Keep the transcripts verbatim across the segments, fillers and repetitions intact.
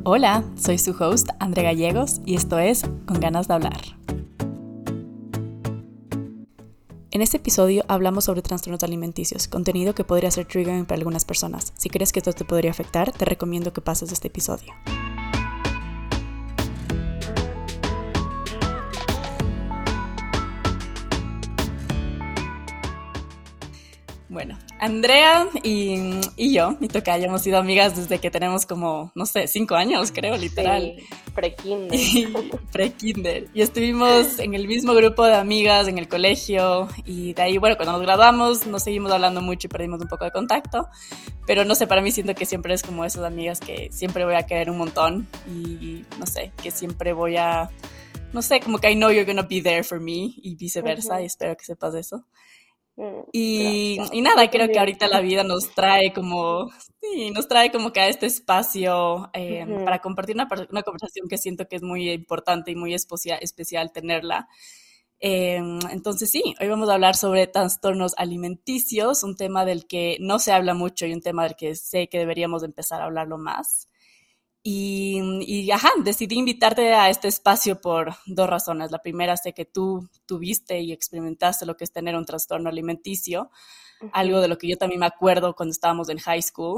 Hola, soy su host, André Gallegos, y esto es Con Ganas de Hablar. En este episodio hablamos sobre trastornos alimenticios, contenido que podría ser triggering para algunas personas. Si crees que esto te podría afectar, te recomiendo que pases este episodio. Bueno, Andrea y, y yo, mi tocaya, hemos sido amigas desde que tenemos como, no sé, cinco años, creo, literal. Sí, pre-kinder. Y pre-kinder. Y estuvimos en el mismo grupo de amigas en el colegio. Y de ahí, bueno, cuando nos graduamos, nos seguimos hablando mucho y perdimos un poco de contacto. Pero no sé, para mí siento que siempre es como esas amigas que siempre voy a querer un montón. Y no sé, que siempre voy a, no sé, como que I know you're gonna be there for me y viceversa. Uh-huh. Y espero que sepas eso. Mm, Y, gracias. y Yo nada, creo que también. ahorita la vida nos trae como, sí, nos trae como que a este espacio eh, Uh-huh. para compartir una, una conversación que siento que es muy importante y muy espocia- especial tenerla. Eh, entonces sí, hoy vamos a hablar sobre trastornos alimenticios, un tema del que no se habla mucho y un tema del que sé que deberíamos empezar a hablarlo más. Y, y, ajá, decidí invitarte a este espacio por dos razones. La primera, sé que tú tuviste y experimentaste lo que es tener un trastorno alimenticio, algo Uh-huh. de lo que yo también me acuerdo cuando estábamos en high school,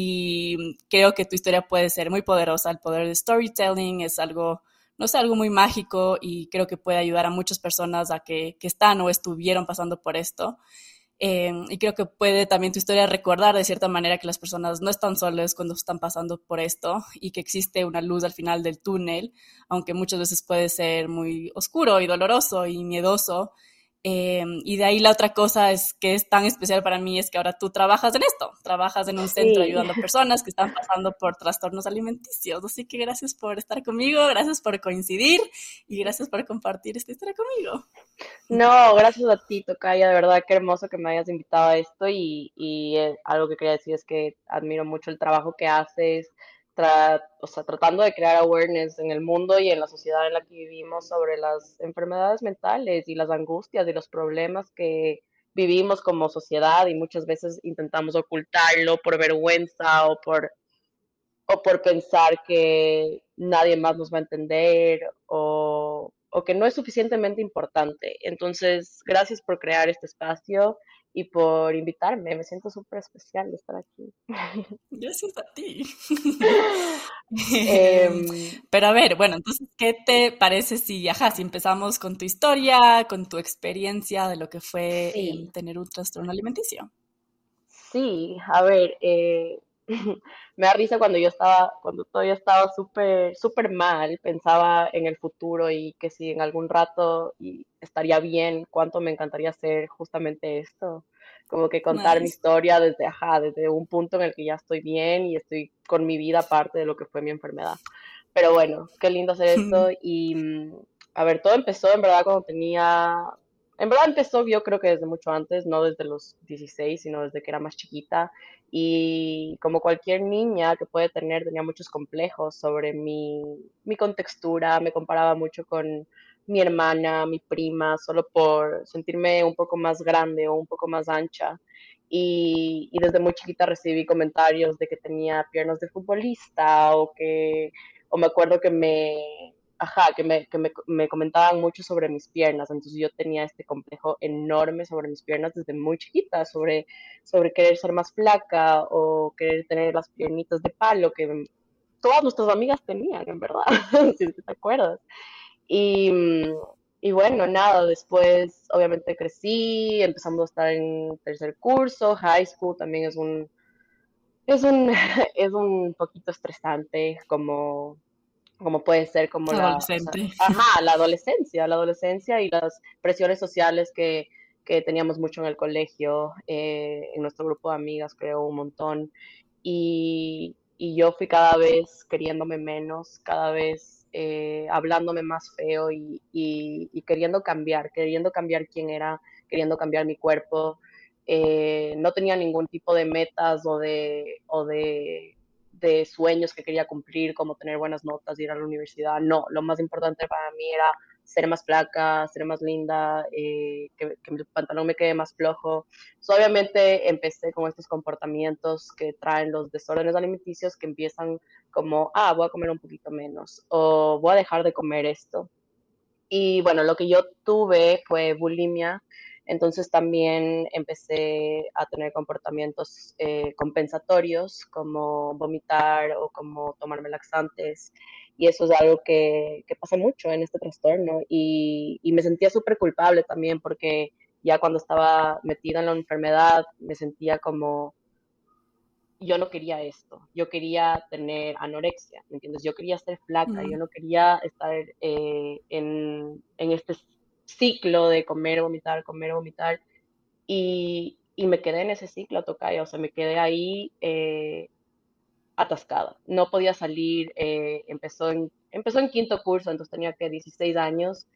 y creo que tu historia puede ser muy poderosa. El poder de storytelling es algo, no sé, algo muy mágico, y creo que puede ayudar a muchas personas a que, que están o estuvieron pasando por esto. Eh, y creo que puede también tu historia recordar de cierta manera que las personas no están solas cuando están pasando por esto y que existe una luz al final del túnel, aunque muchas veces puede ser muy oscuro y doloroso y miedoso. Eh, y de ahí la otra cosa es que es tan especial para mí es que ahora tú trabajas en esto, trabajas en un centro Sí. ayudando a personas que están pasando por trastornos alimenticios. Así que gracias por estar conmigo, gracias por coincidir y gracias por compartir esta historia conmigo. No, gracias a ti, Tocaya, de verdad, qué hermoso que me hayas invitado a esto y, y eh, algo que quería decir es que admiro mucho el trabajo que haces, tra- o sea, tratando de crear awareness en el mundo y en la sociedad en la que vivimos sobre las enfermedades mentales y las angustias y los problemas que vivimos como sociedad y muchas veces intentamos ocultarlo por vergüenza o por o por pensar que nadie más nos va a entender o, o que no es suficientemente importante. Entonces, gracias por crear este espacio y por invitarme. Me siento súper especial de estar aquí. Gracias a ti. Em, Pero a ver, bueno, entonces, ¿qué te parece si, ajá, si empezamos con tu historia, con tu experiencia de lo que fue em, sí, tener un trastorno alimenticio? sí, a ver, eh, me da risa cuando yo estaba, cuando todavía estaba súper, súper mal, pensaba en el futuro y que si en algún rato y estaría bien, cuánto me encantaría hacer justamente esto, como que contar mi Nice. historia desde, ajá, desde un punto en el que ya estoy bien y estoy con mi vida aparte de lo que fue mi enfermedad. Pero bueno, qué lindo hacer esto y, mm, a ver, todo empezó en verdad cuando tenía en verdad empezó yo creo que desde mucho antes, no desde los dieciséis, sino desde que era más chiquita. Y como cualquier niña que puede tener, tenía muchos complejos sobre mi, mi contextura, me comparaba mucho con mi hermana, mi prima, solo por sentirme un poco más grande o un poco más ancha. Y, y desde muy chiquita recibí comentarios de que tenía piernas de futbolista o que, o me acuerdo que me, ajá, que me, que me, me comentaban mucho sobre mis piernas, entonces yo tenía este complejo enorme sobre mis piernas desde muy chiquita, sobre, sobre querer ser más flaca o querer tener las piernitas de palo que todas nuestras amigas tenían, en verdad, si es que te acuerdas. Y, y bueno, nada, después obviamente crecí, empezando a estar en tercer curso, high school también es un, es un, es un poquito estresante como como puede ser como la, o sea, Adolescente. ajá, la adolescencia, la adolescencia y las presiones sociales que, que teníamos mucho en el colegio, eh, en nuestro grupo de amigas creo un montón, y, y yo fui cada vez queriéndome menos, cada vez eh, hablándome más feo y, y, y queriendo cambiar, queriendo cambiar quién era, queriendo cambiar mi cuerpo. Eh, no tenía ningún tipo de metas o de, o de de sueños que quería cumplir, como tener buenas notas, ir a la universidad. No, lo más importante para mí era ser más flaca, ser más linda, eh, que, que mi pantalón me quede más flojo. So, obviamente empecé con estos comportamientos que traen los desórdenes alimenticios que empiezan como, ah, voy a comer un poquito menos o voy a dejar de comer esto. Y bueno, lo que yo tuve fue bulimia, entonces también empecé a tener comportamientos eh, compensatorios, como vomitar o como tomarme laxantes. Y eso es algo que, que pasa mucho en este trastorno. Y, y me sentía súper culpable también porque ya cuando estaba metida en la enfermedad me sentía como yo no quería esto, yo quería tener anorexia, ¿me entiendes? Yo quería ser flaca, yo Mm, no quería estar eh, en, en este ciclo de comer, vomitar, comer, vomitar, y, y me quedé en ese ciclo, tocaya, o sea, me quedé ahí eh, atascada, no podía salir, eh, empezó en, empezó en quinto curso, entonces tenía que dieciséis años,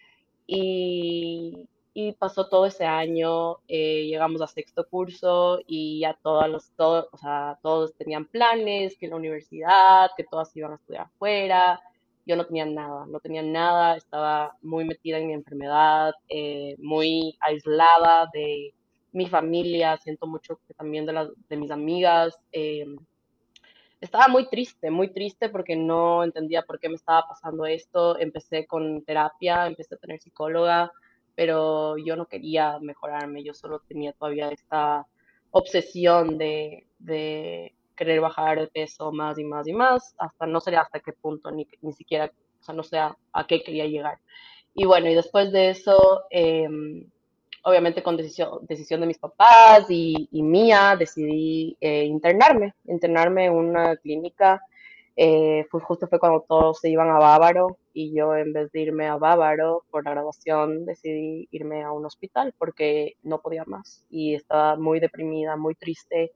y, y pasó todo ese año, eh, llegamos a sexto curso y ya todos los, todos, o sea, todos tenían planes, que la universidad, que todas iban a estudiar afuera. Yo no tenía nada, no tenía nada, estaba muy metida en mi enfermedad, eh, muy aislada de mi familia, siento mucho que también de, las, de mis amigas. Eh, estaba muy triste, muy triste porque no entendía por qué me estaba pasando esto. Empecé con terapia, empecé a tener psicóloga, pero yo no quería mejorarme, yo solo tenía todavía esta obsesión de, de querer bajar de peso más y más y más, hasta no sé hasta qué punto, ni, ni siquiera, o sea, no sé a, a qué quería llegar. Y bueno, y después de eso, eh, obviamente con decisión, decisión de mis papás y, y mía, decidí eh, internarme, internarme en una clínica. Eh, fue, justo fue cuando todos se iban a Bávaro y yo en vez de irme a Bávaro por la graduación decidí irme a un hospital porque no podía más y estaba muy deprimida, muy triste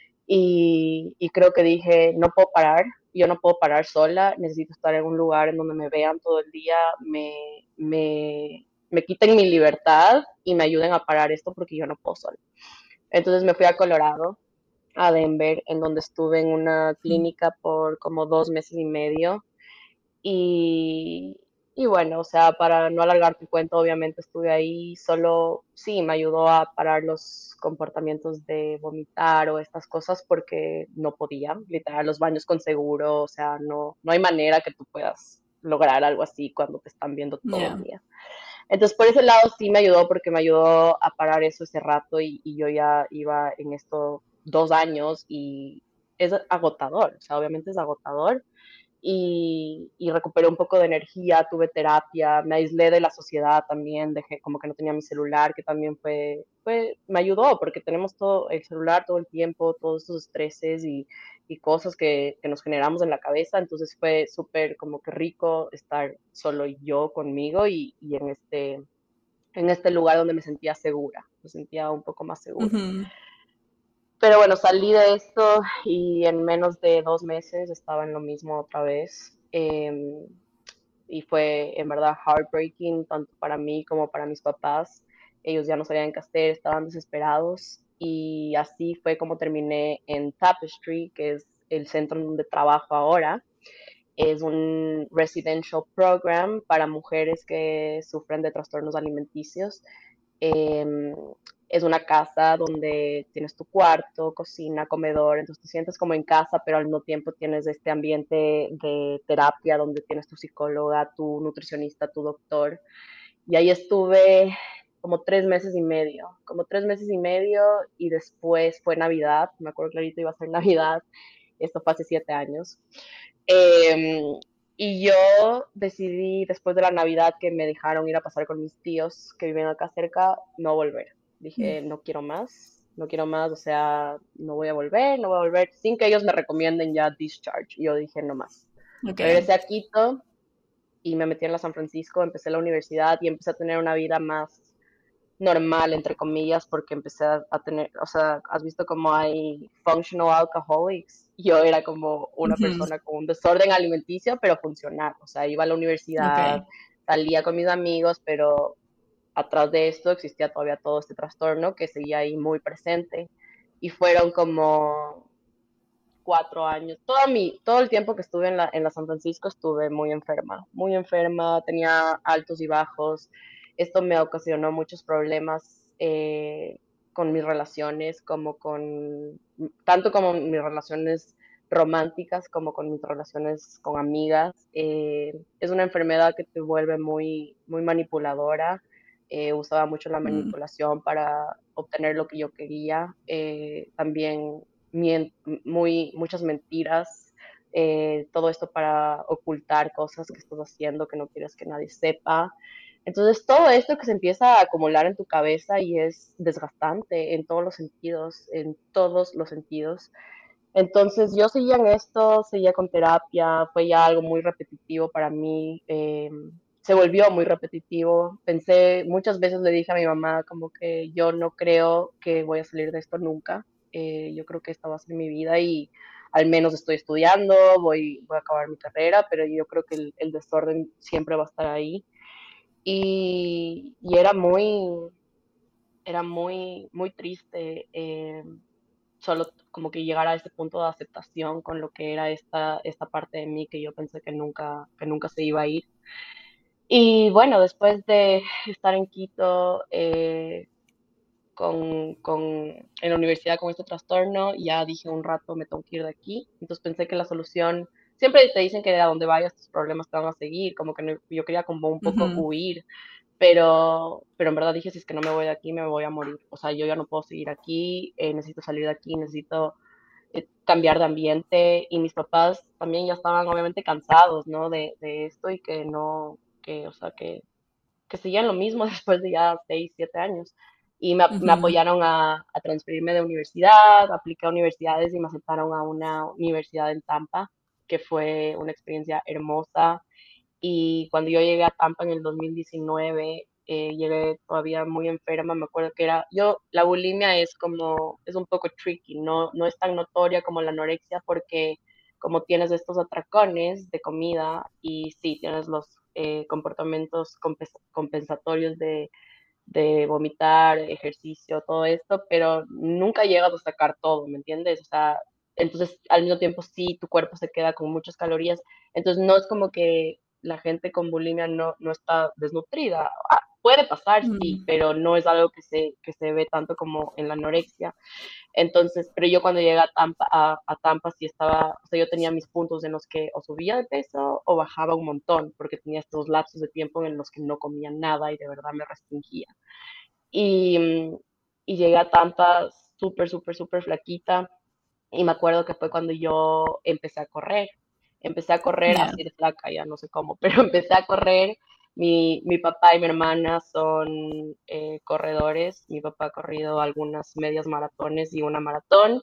y, y creo que dije, no puedo parar, yo no puedo parar sola, necesito estar en un lugar en donde me vean todo el día, me, me, me quiten mi libertad y me ayuden a parar esto porque yo no puedo sola. Entonces me fui a Colorado, a Denver, en donde estuve en una mm, clínica por como dos meses y medio y, y bueno, o sea, para no alargar tu cuento, obviamente estuve ahí, solo sí, me ayudó a parar los comportamientos de vomitar o estas cosas porque no podía, literal, los baños con seguro, o sea, no, no hay manera que tú puedas lograr algo así cuando te están viendo todo el yeah. día. Entonces, por ese lado sí me ayudó porque me ayudó a parar eso ese rato y, y yo ya iba en esto dos años y es agotador, o sea, obviamente es agotador y, y recuperé un poco de energía, tuve terapia, me aislé de la sociedad también, dejé como que no tenía mi celular, que también fue, fue me ayudó porque tenemos todo el celular todo el tiempo, todos estos estreses y, y cosas que, que, nos generamos en la cabeza, entonces fue súper como que rico estar solo yo conmigo y, y en, este, en este lugar donde me sentía segura, me sentía un poco más segura. Ujú. Pero bueno, salí de esto y en menos de dos meses estaba en lo mismo otra vez. Eh, y fue en verdad heartbreaking, tanto para mí como para mis papás. Ellos ya no sabían qué hacer, estaban desesperados. Y así fue como terminé en Tapestry, que es el centro en donde trabajo ahora. Es un residential program para mujeres que sufren de trastornos alimenticios. Eh, es una casa donde tienes tu cuarto, cocina, comedor, entonces te sientes como en casa, pero al mismo tiempo tienes este ambiente de terapia donde tienes tu psicóloga, tu nutricionista, tu doctor. Y ahí estuve como tres meses y medio, como tres meses y medio y después fue Navidad, me acuerdo clarito iba a ser Navidad, esto fue hace siete años. Eh, y yo decidí, después de la Navidad que me dejaron ir a pasar con mis tíos que viven acá cerca, no volver. Mm, Dije, no quiero más, no quiero más, o sea, no voy a volver, no voy a volver, sin que ellos me recomienden ya discharge. Y yo dije, no más. okay. Regresé a Quito y me metí en la San Francisco, empecé la universidad y empecé a tener una vida más normal, entre comillas, porque empecé a, a tener, o sea, has visto como hay functional alcoholics. Yo era como una Ujú. persona con un desorden alimenticio, pero funcional. O sea, iba a la universidad, Okay. salía con mis amigos, pero atrás de esto existía todavía todo este trastorno que seguía ahí muy presente. Y fueron como cuatro años, todo mi, todo el tiempo que estuve en la, en la San Francisco estuve muy enferma, muy enferma, tenía altos y bajos. Esto me ocasionó muchos problemas eh, con mis relaciones, como con, tanto como mis relaciones románticas como con mis relaciones con amigas. Eh, es una enfermedad que te vuelve muy, muy manipuladora. Eh, usaba mucho la Mm, manipulación para obtener lo que yo quería. Eh, también mien- muy, muchas mentiras. Eh, todo esto para ocultar cosas que estás haciendo que no quieres que nadie sepa. Entonces, todo esto que se empieza a acumular en tu cabeza y es desgastante en todos los sentidos, en todos los sentidos. Entonces yo seguía en esto, seguía con terapia, fue ya algo muy repetitivo para mí, eh, se volvió muy repetitivo. Pensé, muchas veces le dije a mi mamá como que yo no creo que voy a salir de esto nunca, eh, yo creo que esta va a ser mi vida y al menos estoy estudiando, voy, voy a acabar mi carrera, pero yo creo que el, el desorden siempre va a estar ahí. Y, y era muy, era muy, muy triste. Eh, solo como que llegar a ese punto de aceptación con lo que era esta, esta parte de mí que yo pensé que nunca, que nunca se iba a ir. Y bueno, después de estar en Quito eh, con, con, en la universidad con este trastorno, ya dije un rato me tengo que ir de aquí. Entonces pensé que la solución, siempre te dicen que a donde vayas tus problemas te van a seguir, como que no- yo quería como un poco ujú, huir, pero, pero en verdad dije, si es que no me voy de aquí, me voy a morir. O sea, yo ya no puedo seguir aquí, eh, necesito salir de aquí, necesito eh, cambiar de ambiente y mis papás también ya estaban obviamente cansados, ¿no? De, de esto y que no, que, o sea, que, que seguían lo mismo después de ya seis, siete años. Y me, me ujú. apoyaron a, a transferirme de universidad, apliqué a universidades y me aceptaron a una universidad en Tampa, que fue una experiencia hermosa. Y cuando yo llegué a Tampa en el dos mil diecinueve, eh, llegué todavía muy enferma, me acuerdo que era, yo, la bulimia es como, es un poco tricky, no, no es tan notoria como la anorexia porque como tienes estos atracones de comida y sí, tienes los eh, comportamientos compens- compensatorios de, de vomitar, ejercicio, todo esto, pero nunca llegas a sacar todo, ¿me entiendes? O sea, entonces al mismo tiempo sí, tu cuerpo se queda con muchas calorías, entonces no es como que la gente con bulimia no, no está desnutrida. Ah, puede pasar, sí, Mm, pero no es algo que se, que se ve tanto como en la anorexia. Entonces, pero yo cuando llegué a Tampa, a, a Tampa sí estaba, o sea, yo tenía mis puntos en los que o subía de peso o bajaba un montón, porque tenía estos lapsos de tiempo en los que no comía nada y de verdad me restringía. Y, mm, y llegué a Tampa súper, súper, súper flaquita. Y me acuerdo que fue cuando yo empecé a correr. Empecé a correr ya. así de flaca, ya no sé cómo, pero empecé a correr. Mi, mi papá y mi hermana son eh, corredores. Mi papá ha corrido algunas medias maratones y una maratón.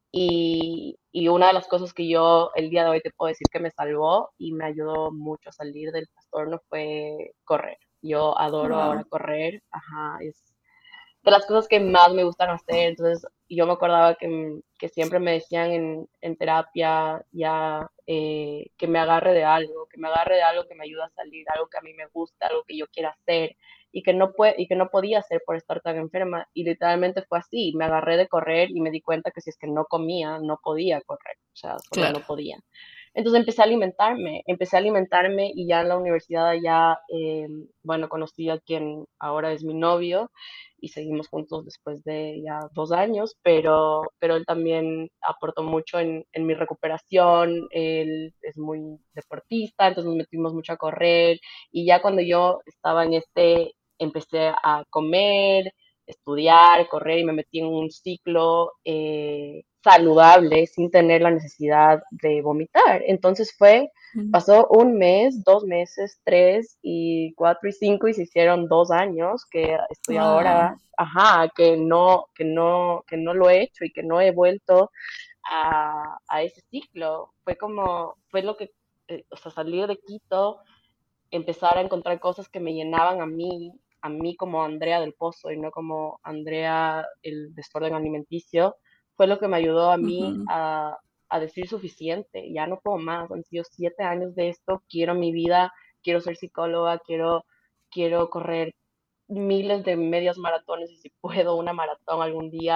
Y, y una de las cosas que yo el día de hoy te puedo decir que me salvó y me ayudó mucho a salir del trastorno fue correr. Yo adoro ahora Wow. correr. Ajá, es, de las cosas que más me gustan hacer. Entonces, yo me acordaba que, que siempre me decían en, en terapia ya eh, que me agarre de algo, que me agarre de algo que me ayuda a salir, algo que a mí me gusta, algo que yo quiera hacer y que no puede, y que no podía hacer por estar tan enferma. Y literalmente fue así, me agarré de correr y me di cuenta que si es que no comía, no podía correr, o sea, solo Claro. no podía. Entonces empecé a alimentarme, empecé a alimentarme y ya en la universidad ya, eh, bueno, conocí a quien ahora es mi novio y seguimos juntos después de ya dos años, pero, pero él también aportó mucho en, en mi recuperación, él es muy deportista, entonces nos metimos mucho a correr y ya cuando yo estaba en este, empecé a comer, estudiar, correr y me metí en un ciclo eh, saludable sin tener la necesidad de vomitar. Entonces fue, Mm, pasó un mes, dos meses, tres y cuatro y cinco y se hicieron dos años que estoy wow. ahora, ajá, que no, que no, que no lo he hecho y que no he vuelto a, a ese ciclo. Fue como, fue lo que, eh, o sea, salir de Quito, empezar a encontrar cosas que me llenaban a mí, a mí como Andrea del Pozo y no como Andrea el desorden alimenticio, fue lo que me ayudó a mí Ujú, a, a decir suficiente, ya no puedo más, han sido siete años de esto, quiero mi vida, quiero ser psicóloga, quiero, quiero correr miles de medias maratones y si puedo una maratón algún día,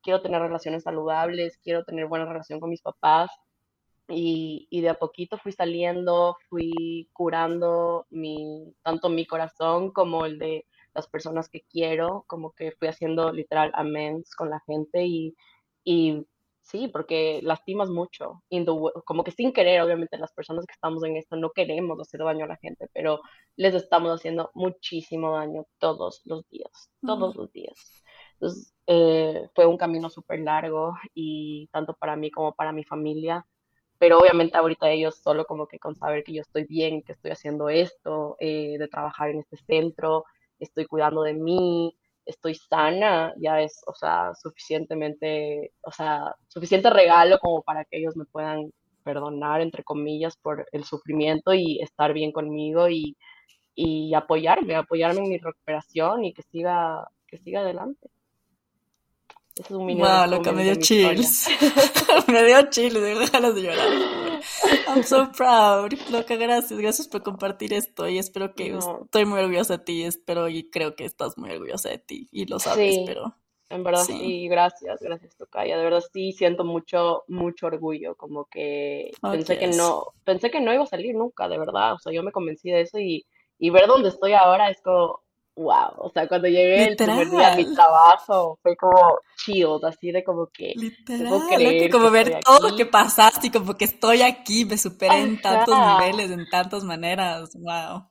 quiero tener relaciones saludables, quiero tener buena relación con mis papás. Y, y de a poquito fui saliendo, fui curando mi, tanto mi corazón como el de las personas que quiero, como que fui haciendo literal amends con la gente y, y sí, porque lastimas mucho, in the wo- como que sin querer, obviamente las personas que estamos en esto no queremos hacer daño a la gente, pero les estamos haciendo muchísimo daño todos los días, Mm. todos los días. Entonces, eh, fue un camino súper largo y tanto para mí como para mi familia, pero obviamente ahorita ellos solo como que con saber que yo estoy bien, que estoy haciendo esto, eh, de trabajar en este centro, estoy cuidando de mí, estoy sana, ya es, o sea, suficientemente, o sea, suficiente regalo como para que ellos me puedan perdonar, entre comillas, por el sufrimiento y estar bien conmigo y, y apoyarme, apoyarme en mi recuperación y que siga, que siga adelante. Ese es un mini Wow, loca, me resumen de dio mi historia. chills. Me dio chills, me dio ganas de llorar. Full. I'm so proud. Loca, gracias. Gracias por compartir esto y espero que No, estoy muy orgullosa de ti. Espero y creo que estás muy orgullosa de ti y lo sabes, sí, pero en verdad sí. sí, gracias, gracias, Tocaya. De verdad sí siento mucho, mucho orgullo, como que Fuck pensé que yes. no, pensé que no iba a salir nunca, de verdad. O sea, yo me convencí de eso y, y ver dónde estoy ahora es como, wow. O sea, cuando llegué el primer día a mi Literal. trabajo fue como chill, así de como que no puedo Literal, lo que creer que como estoy ver todo lo que aquí. pasaste y como que estoy aquí, me superé en tantos Ajá. niveles, en tantas maneras. Wow.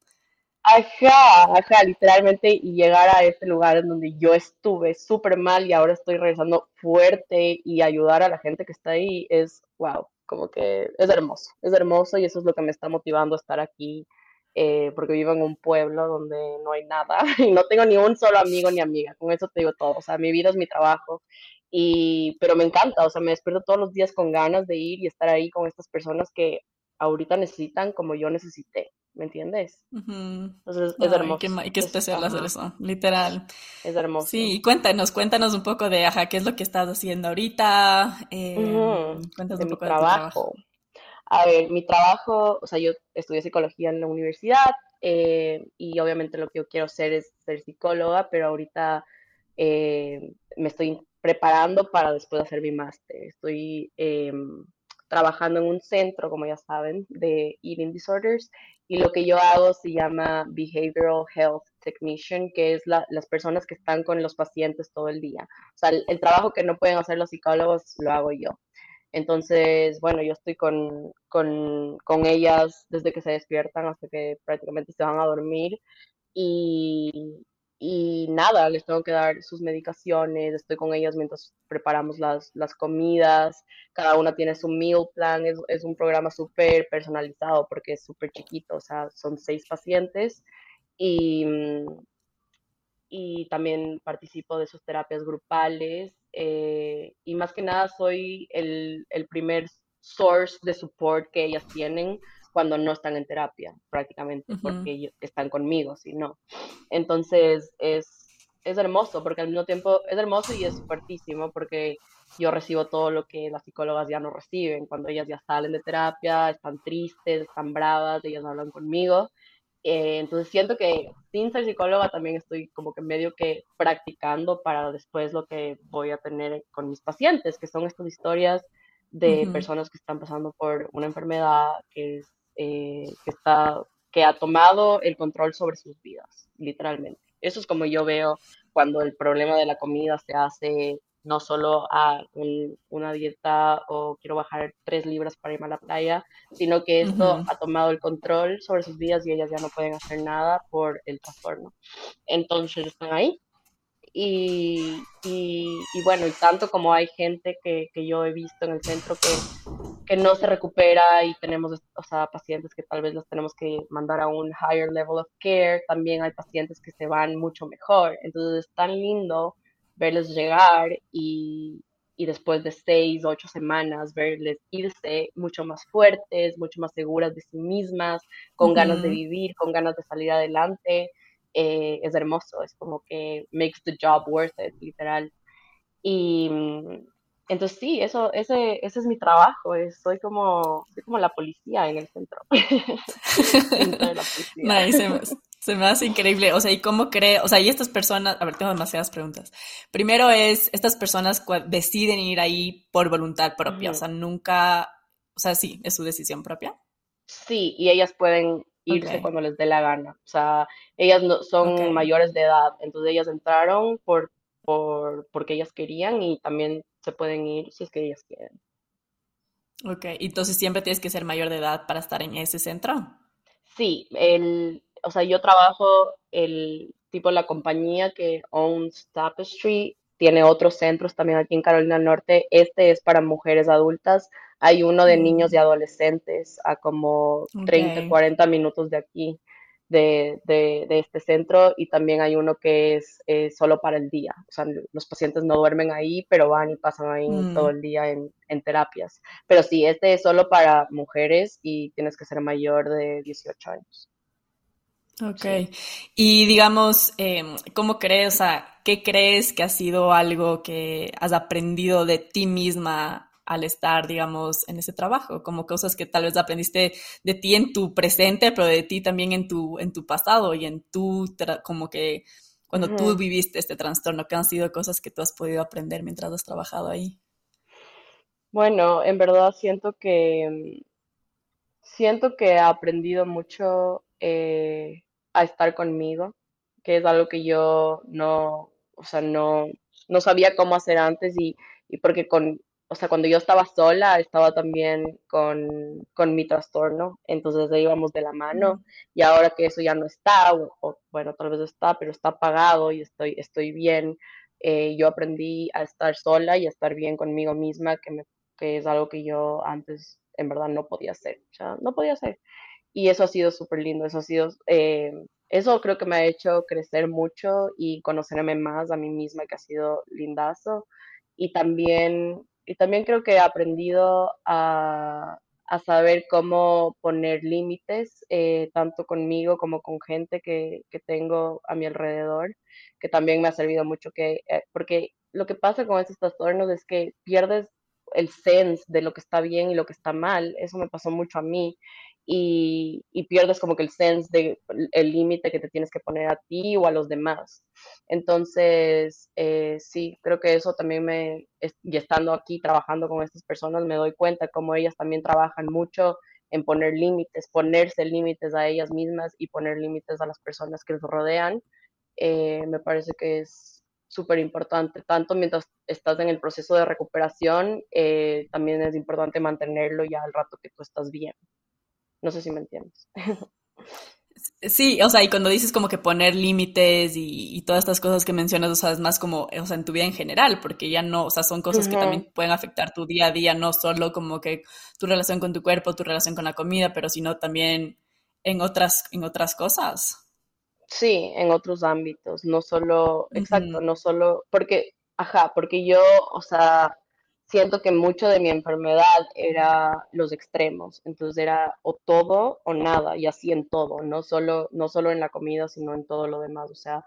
Ajá, ajá, literalmente, y llegar a este lugar en donde yo estuve súper mal y ahora estoy regresando fuerte y ayudar a la gente que está ahí es, wow, como que es hermoso, es hermoso y eso es lo que me está motivando a estar aquí, eh, porque vivo en un pueblo donde no hay nada y no tengo ni un solo amigo ni amiga, con eso te digo todo, o sea, mi vida es mi trabajo y, pero me encanta, o sea, me despierto todos los días con ganas de ir y estar ahí con estas personas que ahorita necesitan como yo necesité, ¿me entiendes? Ujú. Entonces es Ay, qué, hermoso, ma- y qué es, especial hacer ajá, eso, literal. es hermoso. Sí, y cuéntanos, cuéntanos un poco de, ajá, qué es lo que estás haciendo ahorita. Ujú. Em, cuéntanos De un mi poco de tu trabajo. trabajo. A ver, mi trabajo, o sea, yo estudié psicología en la universidad eh, y obviamente lo que yo quiero ser es ser psicóloga, pero ahorita eh, me estoy preparando para después hacer mi máster. Estoy em, trabajando en un centro, como ya saben, de eating disorders y lo que yo hago se llama Behavioral Health Technician, que es la- las personas que están con los pacientes todo el día. O sea, el, el trabajo que no pueden hacer los psicólogos lo hago yo. Entonces, bueno, yo estoy con, con, con ellas desde que se despiertan hasta que prácticamente se van a dormir y, y nada, les tengo que dar sus medicaciones, estoy con ellas mientras preparamos las, las comidas, cada una tiene su meal plan, es, es un programa súper personalizado porque es súper chiquito, o sea, son seis pacientes y, mm, y también participo de sus terapias grupales eh, y más que nada soy el, el primer source de support que ellas tienen cuando no están en terapia, prácticamente, Ujú, porque ellos están conmigo, si no. Entonces es, es hermoso, porque al mismo tiempo es hermoso y es fuertísimo, porque yo recibo todo lo que las psicólogas ya no reciben, cuando ellas ya salen de terapia, están tristes, están bravas, ellas hablan conmigo eh, entonces siento que sin ser psicóloga también estoy como que medio que practicando para después lo que voy a tener con mis pacientes, que son estas historias de ujú, personas que están pasando por una enfermedad que es, eh, que está, que ha tomado el control sobre sus vidas, literalmente. Eso es como yo veo cuando el problema de la comida se hace no solo a un- una dieta o quiero bajar tres libras para irme a la playa, sino que esto ujú. ha tomado el control sobre sus vidas y ellas ya no pueden hacer nada por el trastorno. Entonces están ahí. Y, y, y bueno, y tanto como hay gente que, que yo he visto en el centro que, que no se recupera y tenemos, o sea, pacientes que tal vez los tenemos que mandar a un higher level of care, también hay pacientes que se van mucho mejor. Entonces es tan lindo verles llegar y, y después de seis, ocho semanas verles irse mucho más fuertes, mucho más seguras de sí mismas, con ganas de Ujú. vivir, con ganas de salir adelante. Eh, es hermoso, es como que makes the job worth it, literal. Y mm, entonces sí, eso, ese, ese es mi trabajo, es- soy como, soy como la policía en el centro, dentro de la policía. Nice, se me, Se me hace increíble. O sea, ¿y cómo cree? O sea, y estas personas, a ver, tengo demasiadas preguntas. Primero es, estas personas cua- deciden ir ahí por voluntad propia. O Ujú. sea, nunca, o sea, sí, es su decisión propia. Sí, y ellas pueden Ok, irse cuando les dé la gana. O sea, ellas no, ok, son mayores de edad, entonces ellas entraron por, por, porque ellas querían y también se pueden ir si es que ellas quieren. ok. Entonces siempre tienes que ser mayor de edad para estar en ese centro. Sí, el, o sea, yo trabajo el tipo, la compañía que owns Tapestry, tiene otros centros también aquí en Carolina del Norte. Este es para mujeres adultas. Hay uno de niños y Mm, adolescentes a como ok. treinta, cuarenta minutos de aquí, de, de, de este centro. Y también hay uno que es eh, solo para el día. O sea, los pacientes no duermen ahí, pero van y pasan ahí todo Mm, el día en, en terapias. Pero sí, este es solo para mujeres y tienes que ser mayor de dieciocho años. ok. Sí. Y digamos, em, ¿cómo crees, o sea, qué crees que ha sido algo que has aprendido de ti misma al estar, digamos, en ese trabajo? Como cosas que tal vez aprendiste de ti en tu presente, pero de ti también en tu, en tu pasado y en tu, tra- como que cuando tú Ujú. viviste este trastorno, que han sido cosas que tú has podido aprender mientras has trabajado ahí. Bueno, en verdad siento que siento que he aprendido mucho eh, a estar conmigo, que es algo que yo no, o sea, no, no sabía cómo hacer antes y, y porque con, o sea, cuando yo estaba sola, estaba también con, con mi trastorno, entonces ahí íbamos de la mano y ahora que eso ya no está, o, o, bueno, tal vez está, pero está apagado y estoy, estoy bien, eh, yo aprendí a estar sola y a estar bien conmigo misma, que me que es algo que yo antes en verdad no podía hacer, o sea, no podía hacer. Y eso ha sido súper lindo, eso ha sido, eh, eso creo que me ha hecho crecer mucho y conocerme más a mí misma, que ha sido lindazo. Y también, y también creo que he aprendido a, a saber cómo poner límites, eh, tanto conmigo como con gente que, que tengo a mi alrededor, que también me ha servido mucho, que, eh, porque lo que pasa con estos trastornos es que pierdes el sense de lo que está bien y lo que está mal. Eso me pasó mucho a mí y, y pierdes como que el sense de el límite que te tienes que poner a ti o a los demás. Entonces, eh, sí, creo que eso también me, es- y estando aquí trabajando con estas personas, me doy cuenta cómo ellas también trabajan mucho en poner límites, ponerse límites a ellas mismas y poner límites a las personas que les rodean. Eh, me parece que es súper importante, tanto mientras estás en el proceso de recuperación, eh, también es importante mantenerlo ya al rato que tú estás bien. No sé si me entiendes. Sí, o sea, y cuando dices como que poner límites y, y todas estas cosas que mencionas, o sea, es más como, o sea, en tu vida en general, porque ya no, o sea, son cosas que Ujú. también pueden afectar tu día a día, no solo como que tu relación con tu cuerpo, tu relación con la comida, pero sino también en otras, en otras cosas. Sí, en otros ámbitos, no solo, exacto, Ujú, no solo, porque, ajá, porque yo, o sea, siento que mucho de mi enfermedad era los extremos, entonces era o todo o nada, y así en todo, no solo, no solo en la comida, sino en todo lo demás, o sea,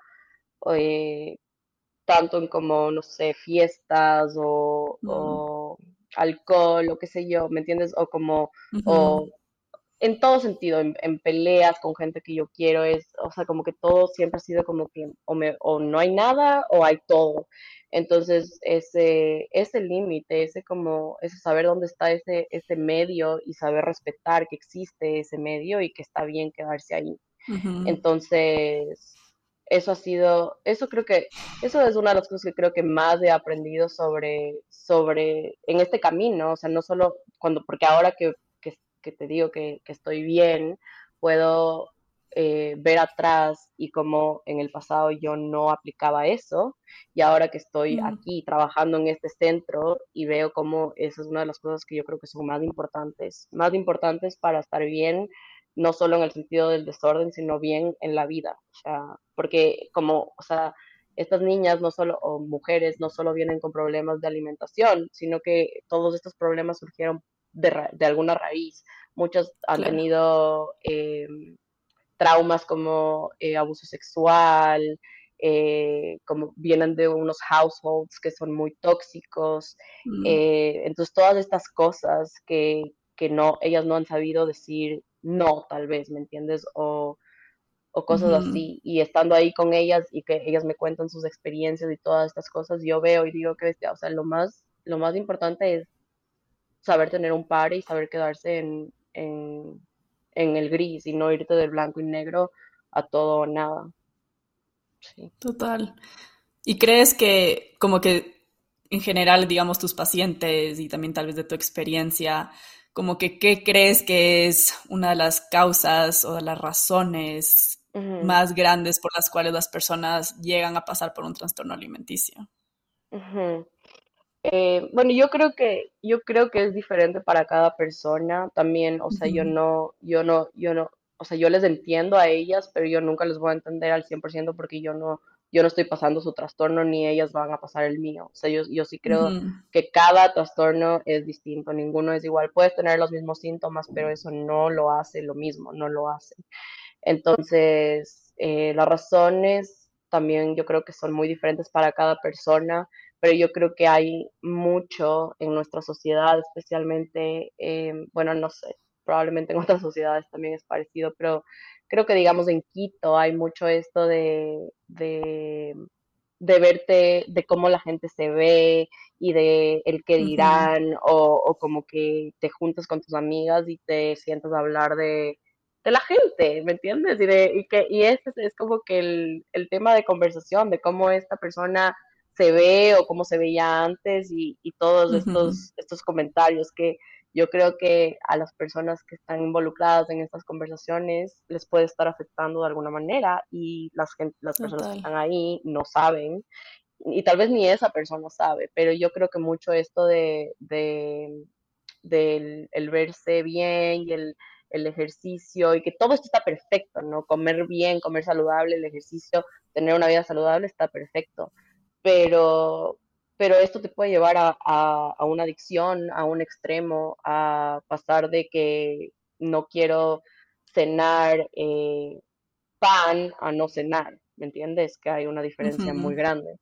eh, tanto en como, no sé, fiestas o, mm, o alcohol o qué sé yo, ¿me entiendes? O como, ujú, o en todo sentido, en, en peleas con gente que yo quiero, es, o sea, como que todo siempre ha sido como que o, me, o no hay nada o hay todo. Entonces, ese, ese límite, ese como, ese saber dónde está ese, ese medio y saber respetar que existe ese medio y que está bien quedarse ahí. ujú, Entonces, eso ha sido, eso creo que, eso es una de las cosas que creo que más he aprendido sobre, sobre, en este camino, o sea, no solo cuando, porque ahora que, que, que te digo que, que estoy bien, puedo eh, ver atrás y cómo en el pasado yo no aplicaba eso, y ahora que estoy mm, aquí trabajando en este centro y veo cómo eso es una de las cosas que yo creo que son más importantes, más importantes para estar bien no solo en el sentido del desorden, sino bien en la vida. O sea, porque como, o sea, estas niñas no solo, o mujeres no solo vienen con problemas de alimentación, sino que todos estos problemas surgieron de, ra- de alguna raíz. Muchos han claro. tenido eh, traumas como eh, abuso sexual, eh, como vienen de unos households que son muy tóxicos. Mm, Eh, entonces, todas estas cosas que, que no, ellas no han sabido decir no, tal vez, ¿me entiendes? O, o cosas Ujú. así. Y estando ahí con ellas y que ellas me cuentan sus experiencias y todas estas cosas, yo veo y digo que, bestia, o sea, lo más, lo más importante es saber tener un par y saber quedarse en, en, en el gris y no irte del blanco y negro a todo o nada. Sí. Total. ¿Y crees que como que en general, digamos, tus pacientes y también tal vez de tu experiencia, como que qué crees que es una de las causas o de las razones Ujú, más grandes por las cuales las personas llegan a pasar por un trastorno alimenticio? ujú. Eh, bueno, yo creo que, yo creo que es diferente para cada persona. También, o sea, yo Ujú, no, yo no, yo no, o sea, yo les entiendo a ellas, pero yo nunca les voy a entender al cien por ciento porque yo no, yo no estoy pasando su trastorno ni ellas van a pasar el mío. O sea, yo, yo sí creo ujú, que cada trastorno es distinto, ninguno es igual. Puedes tener los mismos síntomas, pero eso no lo hace lo mismo, no lo hace. Entonces, eh, las razones también yo creo que son muy diferentes para cada persona, pero yo creo que hay mucho en nuestra sociedad, especialmente, eh, bueno, no sé, probablemente en otras sociedades también es parecido, pero creo que digamos en Quito hay mucho esto de, de, de verte, de cómo la gente se ve y de el que ujú, dirán, o, o como que te juntas con tus amigas y te sientas a hablar de de la gente, ¿me entiendes? Y, de, y, que, y ese es, es como que el, el tema de conversación, de cómo esta persona se ve o cómo se veía antes y, y todos ujú, estos, estos comentarios que yo creo que a las personas que están involucradas en estas conversaciones les puede estar afectando de alguna manera y las, gen- las personas que total. están ahí no saben y tal vez ni esa persona sabe, pero yo creo que mucho esto de, de del el verse bien y el, el ejercicio y que todo esto está perfecto, ¿no? Comer bien, comer saludable, el ejercicio, tener una vida saludable está perfecto, pero, pero esto te puede llevar a, a, a una adicción, a un extremo, a pasar de que no quiero cenar eh, pan a no cenar, ¿me entiendes? Que hay una diferencia Ujú, muy grande.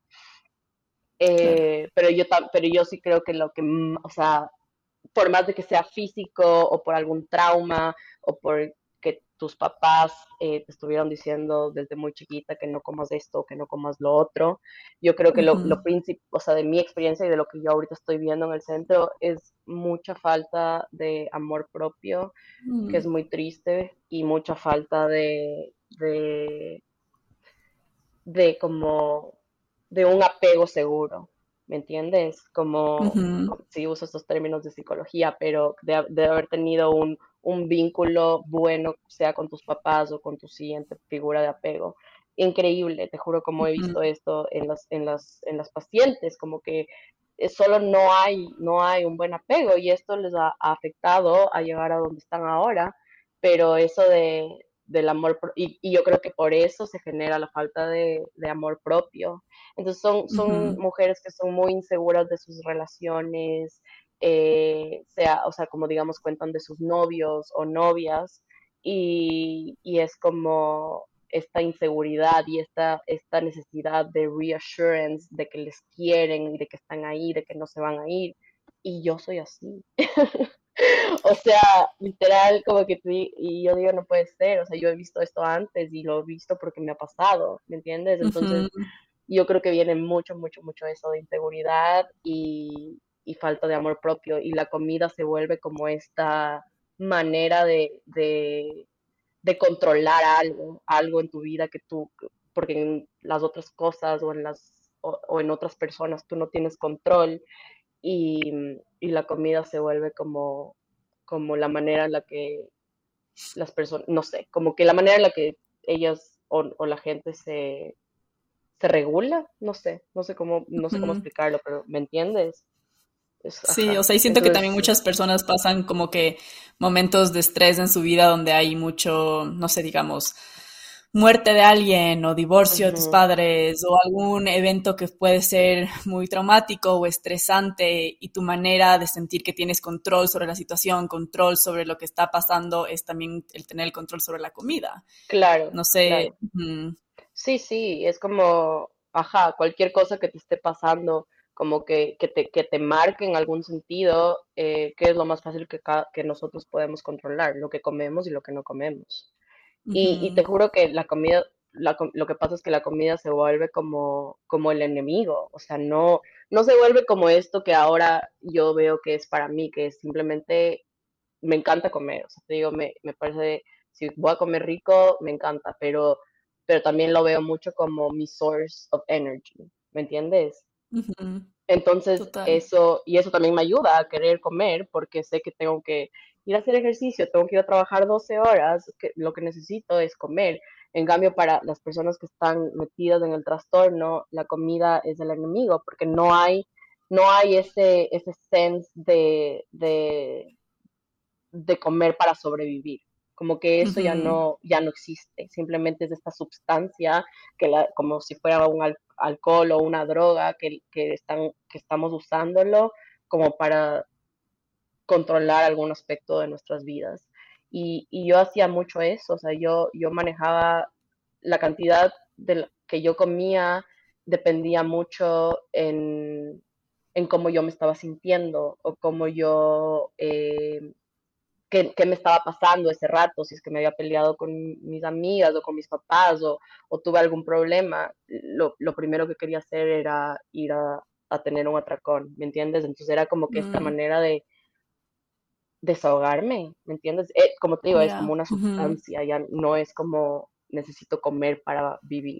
claro. Eh, pero yo tam- pero yo sí creo que lo que, mm, o sea, por más de que sea físico o por algún trauma o por que tus papás eh, te estuvieron diciendo desde muy chiquita que no comas esto o que no comas lo otro, yo creo que lo, Ujú, lo princip- o sea, de mi experiencia y de lo que yo ahorita estoy viendo en el centro es mucha falta de amor propio, que es mm, muy triste, y mucha falta de, de de como de un apego seguro, ¿me entiendes? Como, ujú, si uso estos términos de psicología, pero de, de haber tenido un, un vínculo bueno, sea con tus papás o con tu siguiente figura de apego. Increíble, te juro como he ujú, visto esto en las, en las, en las pacientes, como que eh, solo no hay, no hay un buen apego y esto les ha, ha afectado a llegar a donde están ahora, pero eso de, del amor, pro- y, y yo creo que por eso se genera la falta de, de amor propio. Entonces son, son ujú, mujeres que son muy inseguras de sus relaciones, eh, sea, o sea, como digamos, cuentan de sus novios o novias, y, y es como esta inseguridad y esta, esta necesidad de reassurance, de que les quieren y de que están ahí, de que no se van a ir. Y yo soy así. O sea, literal, como que tú, y yo digo, no puede ser, o sea, yo he visto esto antes y lo he visto porque me ha pasado, ¿me entiendes? Entonces, ujú, yo creo que viene mucho, mucho, mucho eso de inseguridad y, y falta de amor propio, y la comida se vuelve como esta manera de, de, de controlar algo, algo en tu vida que tú, porque en las otras cosas o en las, o, o en otras personas tú no tienes control, y, y la comida se vuelve como, como la manera en la que las personas, no sé, como que la manera en la que ellas o, o la gente se, se regula, no sé, no sé cómo, no sé cómo ujú. explicarlo, pero ¿me entiendes? Es, Sí, o ajá, sea, y siento que también entonces, muchas personas pasan como que momentos de estrés en su vida donde hay mucho, no sé, digamos, muerte de alguien o divorcio de tus ujú, padres o algún evento que puede ser muy traumático o estresante y tu manera de sentir que tienes control sobre la situación, control sobre lo que está pasando es también el tener el control sobre la comida. claro, No sé, claro. mm, Sí, sí, es como, ajá, cualquier cosa que te esté pasando, como que, que te, que te marque en algún sentido, eh, ¿qué es lo más fácil que, ca- que nosotros podemos controlar? Lo que comemos y lo que no comemos. Y, y te Ujú, juro que la comida, la com- lo que pasa es que la comida se vuelve como, como el enemigo, o sea, no, no se vuelve como esto que ahora yo veo que es para mí, que es simplemente me encanta comer, o sea, te digo, me, me parece, si voy a comer rico, me encanta, pero, pero también lo veo mucho como mi source of energy, ¿me entiendes? ujú, Entonces, total. eso, y eso también me ayuda a querer comer, porque sé que tengo que ir a hacer ejercicio, tengo que ir a trabajar doce horas, que lo que necesito es comer. En cambio, para las personas que están metidas en el trastorno, la comida es el enemigo, porque no hay, no hay ese, ese sense de, de, de comer para sobrevivir. Como que eso ya Ujú, no, ya no existe. Simplemente es esta sustancia que la, como si fuera un al- alcohol o una droga que, que, están, que estamos usándolo como para controlar algún aspecto de nuestras vidas. Y, y yo hacía mucho eso, o sea, yo, yo manejaba la cantidad de la- que yo comía, dependía mucho en, en cómo yo me estaba sintiendo o cómo yo eh, qué, qué, me estaba pasando ese rato, si es que me había peleado con mis amigas o con mis papás o, o tuve algún problema, lo, lo, primero que quería hacer era ir a, a, tener un atracón, ¿me entiendes? Entonces era como que esta mm, manera de desahogarme, ¿me entiendes? Eh, como te digo, es como ya, una ujú, sustancia, ya no es como necesito comer para vivir.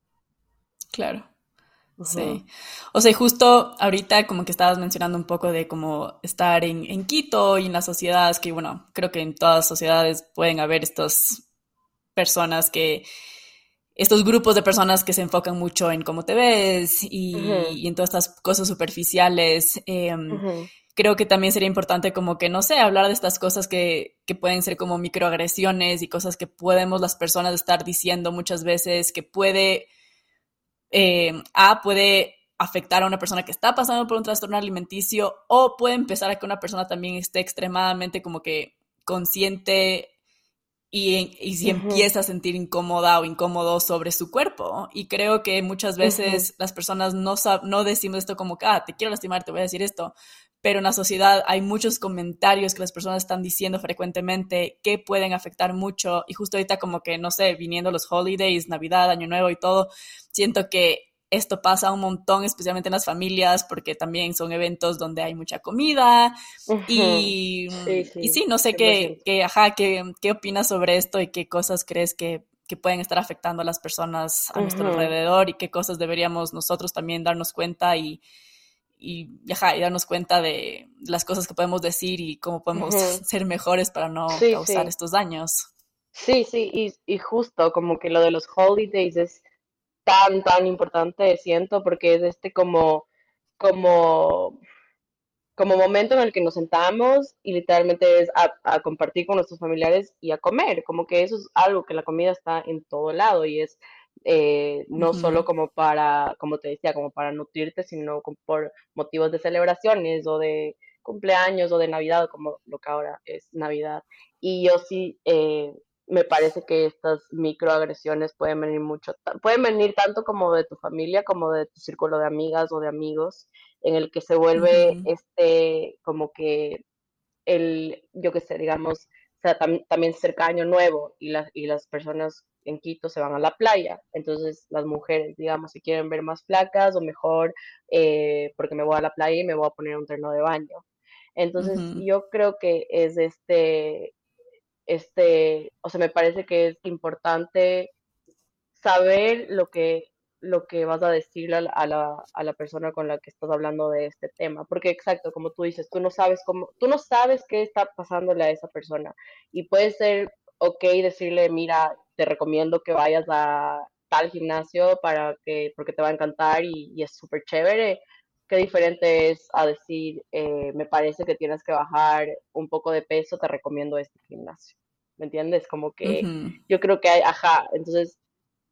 claro. Uh -huh. Sí. O sea, justo ahorita como que estabas mencionando un poco de cómo estar en, en Quito y en las sociedades, que bueno, creo que en todas sociedades pueden haber estas personas que, estos grupos de personas que se enfocan mucho en cómo te ves Uh -huh. y, y en todas estas cosas superficiales. Eh, Uh -huh. creo que también sería importante como que, no sé, hablar de estas cosas que, que pueden ser como microagresiones y cosas que podemos las personas estar diciendo muchas veces que puede eh, A, puede afectar a una persona que está pasando por un trastorno alimenticio o puede empezar a que una persona también esté extremadamente como que consciente y, y si Uh -huh. empieza a sentir incómoda o incómodo sobre su cuerpo. Y creo que muchas Uh -huh. veces las personas no, no decimos esto como que, ah, te quiero lastimar, te voy a decir esto. Pero en la sociedad hay muchos comentarios que las personas están diciendo frecuentemente que pueden afectar mucho. Y justo ahorita como que, no sé, viniendo los holidays, Navidad, Año Nuevo y todo, siento que esto pasa un montón, especialmente en las familias, porque también son eventos donde hay mucha comida, Uh -huh. y, Sí, y sí, sí, no sé cien por qué, ciento. qué, ajá, qué, qué opinas sobre esto y qué cosas crees que, que pueden estar afectando a las personas a Uh nuestro -huh. alrededor y qué cosas deberíamos nosotros también darnos cuenta y, y, ajá, y darnos cuenta de las cosas que podemos decir y cómo Uh podemos -huh. ser mejores para no Sí, causar sí. estos daños. Sí, sí, y, y justo como que lo de los holidays es tan, tan importante, siento, porque es este como, como, como momento en el que nos sentamos y literalmente es a, a compartir con nuestros familiares y a comer, como que eso es algo que la comida está en todo lado y es eh, no solo Ujú, como para, como te decía, como para nutrirte, sino como por motivos de celebraciones o de cumpleaños o de Navidad, como lo que ahora es Navidad. Y yo sí, eh, me parece que estas microagresiones pueden venir mucho, ta- pueden venir tanto como de tu familia como de tu círculo de amigas o de amigos en el que se vuelve ujú, este, como que el, yo qué sé, digamos, o sea, tam, también cerca Año Nuevo y, las y las personas en Quito se van a la playa, entonces las mujeres, digamos, se quieren ver más flacas o mejor eh, porque me voy a la playa y me voy a poner un terno de baño. Entonces ujú, yo creo que es este, este, o sea, me parece que es importante saber lo que, lo que vas a decirle a la, a la, a la persona con la que estás hablando de este tema. Porque exacto, como tú dices, tú no sabes cómo, tú no sabes qué está pasándole a esa persona. Y puede ser ok decirle, mira, te recomiendo que vayas a tal gimnasio para que, porque te va a encantar y, y es súper chévere. Qué diferente es a decir, eh, me parece que tienes que bajar un poco de peso, te recomiendo este gimnasio. ¿Me entiendes? Como que ujú, yo creo que hay, ajá, entonces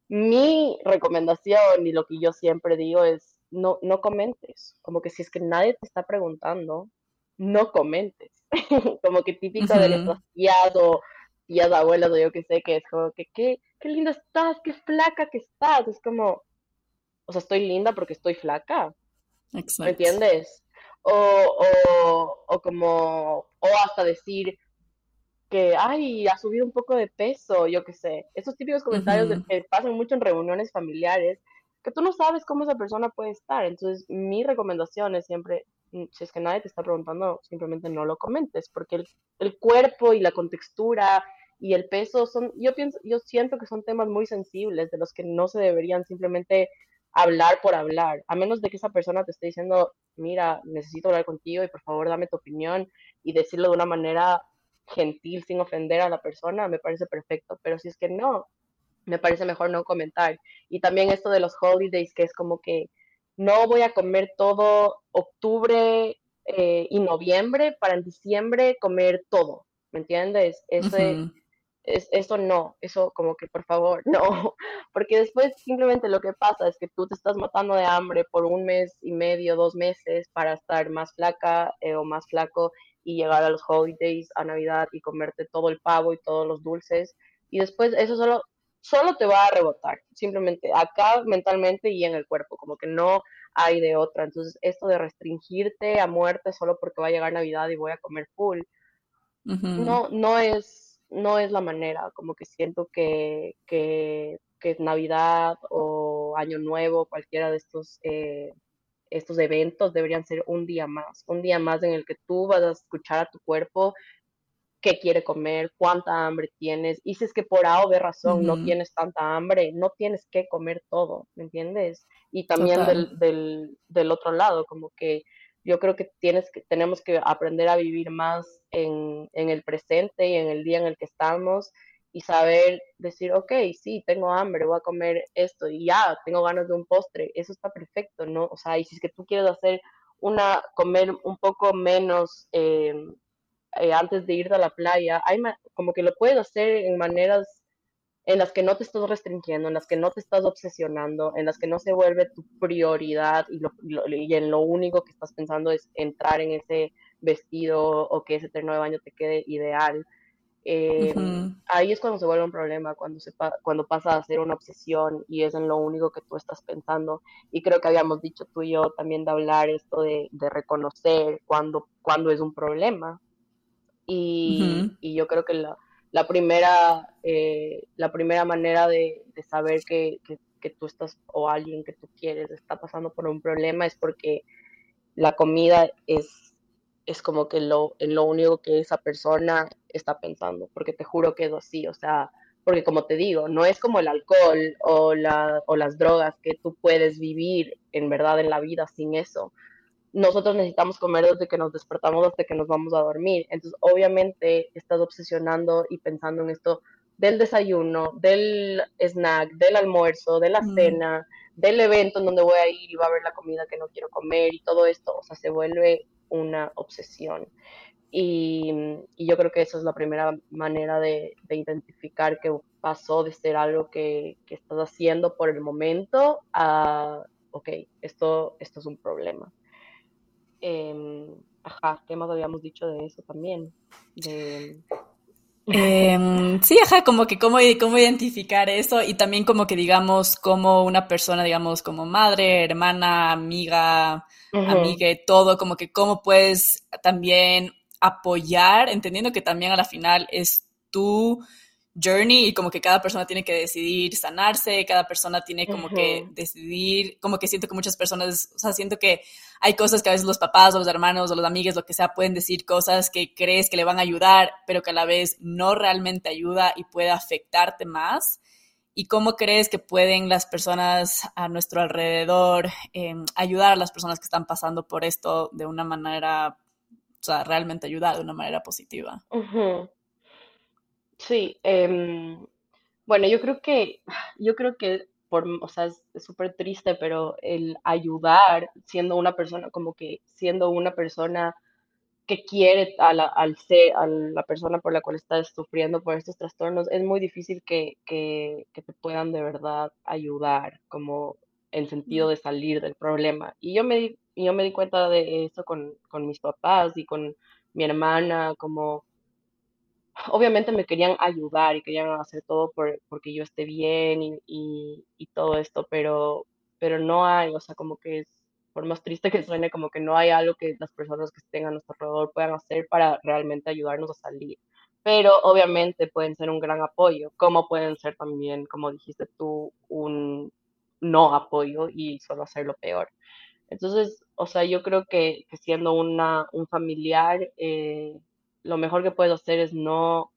mi recomendación y lo que yo siempre digo es no, no comentes. Como que si es que nadie te está preguntando, no comentes. Como que típico de ujú. nuestras tías o tías abuelas o yo que sé, que es como que qué, qué linda estás, qué flaca que estás. Es como, o sea, estoy linda porque estoy flaca, ¿me Exacto. entiendes? O, o, o como, o hasta decir, que, ay, ha subido un poco de peso, yo qué sé. Esos típicos comentarios de- Ujú, que pasan mucho en reuniones familiares, que tú no sabes cómo esa persona puede estar. Entonces, mi recomendación es siempre, mm, si es que nadie te está preguntando, simplemente no lo comentes, porque el, el cuerpo y la contextura y el peso son, yo pienso, yo siento que son temas muy sensibles de los que no se deberían simplemente hablar por hablar, a menos de que esa persona te esté diciendo, mira, necesito hablar contigo y por favor dame tu opinión y decirlo de una manera gentil sin ofender a la persona, me parece perfecto, pero si es que no, me parece mejor no comentar. Y también esto de los holidays, que es como que no voy a comer todo octubre eh, y noviembre para en diciembre comer todo, ¿me entiendes? Ese, ujú, es, eso no, eso como que por favor, no, porque después simplemente lo que pasa es que tú te estás matando de hambre por un mes y medio, dos meses para estar más flaca eh, o más flaco y llegar a los holidays, a Navidad y comerte todo el pavo y todos los dulces y después eso solo, solo te va a rebotar, simplemente acá mentalmente y en el cuerpo, como que no hay de otra. Entonces esto de restringirte a muerte solo porque va a llegar Navidad y voy a comer full, ujú, no, no es, no es la manera, como que siento que, que, que Navidad o Año Nuevo, cualquiera de estos, eh, estos eventos deberían ser un día más, un día más en el que tú vas a escuchar a tu cuerpo qué quiere comer, cuánta hambre tienes, y si es que por A o B razón no ujú. tienes tanta hambre, no tienes que comer todo, ¿me entiendes? Y también Total. del, del, del otro lado, como que yo creo que tienes que, tenemos que aprender a vivir más en, en el presente y en el día en el que estamos y saber decir, ok, sí, tengo hambre, voy a comer esto y ya, tengo ganas de un postre, eso está perfecto, ¿no? O sea, y si es que tú quieres hacer una, comer un poco menos, eh, eh, antes de ir a la playa, hay como que lo puedes hacer en maneras en las que no te estás restringiendo, en las que no te estás obsesionando, en las que no se vuelve tu prioridad y, lo, lo, y en lo único que estás pensando es entrar en ese vestido o que ese terno de baño te quede ideal. Eh, Ujú, ahí es cuando se vuelve un problema, cuando, se pa cuando pasa a ser una obsesión y es en lo único que tú estás pensando. Y creo que habíamos dicho tú y yo también de hablar esto de, de reconocer cuando, cuando es un problema y, ujú. y yo creo que la, la primera, eh, la primera manera de, de saber que, que, que, tú estás o alguien que tú quieres está pasando por un problema es porque la comida es, es como que lo, en lo único que esa persona está pensando, porque te juro que es así, o sea, porque como te digo, no es como el alcohol o, la, o las drogas que tú puedes vivir en verdad en la vida sin eso, nosotros necesitamos comer desde que nos despertamos hasta que nos vamos a dormir. Entonces, obviamente, estás obsesionando y pensando en esto del desayuno, del snack, del almuerzo, de la Mm, cena, del evento en donde voy a ir y va a haber la comida que no quiero comer y todo esto, o sea, se vuelve una obsesión. Y, y yo creo que esa es la primera manera de, de identificar que pasó de ser algo que, que estás haciendo por el momento a, ok, esto, esto es un problema. Em, ajá, ¿qué más habíamos dicho de eso también? De... Em, sí, ajá, como que cómo, cómo identificar eso y también como que digamos como una persona, digamos como madre, hermana, amiga, Ujú, amigue, todo, como que cómo puedes también apoyar, entendiendo que también a la final es tu journey y como que cada persona tiene que decidir sanarse, cada persona tiene como que ujú, decidir, como que siento que muchas personas, o sea, siento que hay cosas que a veces los papás o los hermanos o los amigos, lo que sea, pueden decir cosas que crees que le van a ayudar, pero que a la vez no realmente ayuda y puede afectarte más. ¿Y cómo crees que pueden las personas a nuestro alrededor eh, ayudar a las personas que están pasando por esto de una manera, o sea, realmente ayudar de una manera positiva? ujú. Sí, em, bueno, yo creo que, yo creo que, por, o sea, es es súper triste, pero el ayudar siendo una persona, como que siendo una persona que quiere a la, al ser, a la persona por la cual estás sufriendo por estos trastornos, es muy difícil que, que, que te puedan de verdad ayudar, como en sentido de salir del problema. Y yo me di, y yo me di cuenta de eso con, con mis papás y con mi hermana, como obviamente me querían ayudar y querían hacer todo por, porque yo esté bien y, y, y todo esto, pero, pero no hay, o sea, como que es, por más triste que suene, como que no hay algo que las personas que estén a nuestro alrededor puedan hacer para realmente ayudarnos a salir. pero obviamente pueden ser un gran apoyo, como pueden ser también, como dijiste tú, un no apoyo y solo hacerlo peor. Entonces, o sea, yo creo que, que siendo una, un familiar, eh, lo mejor que puedo hacer es no,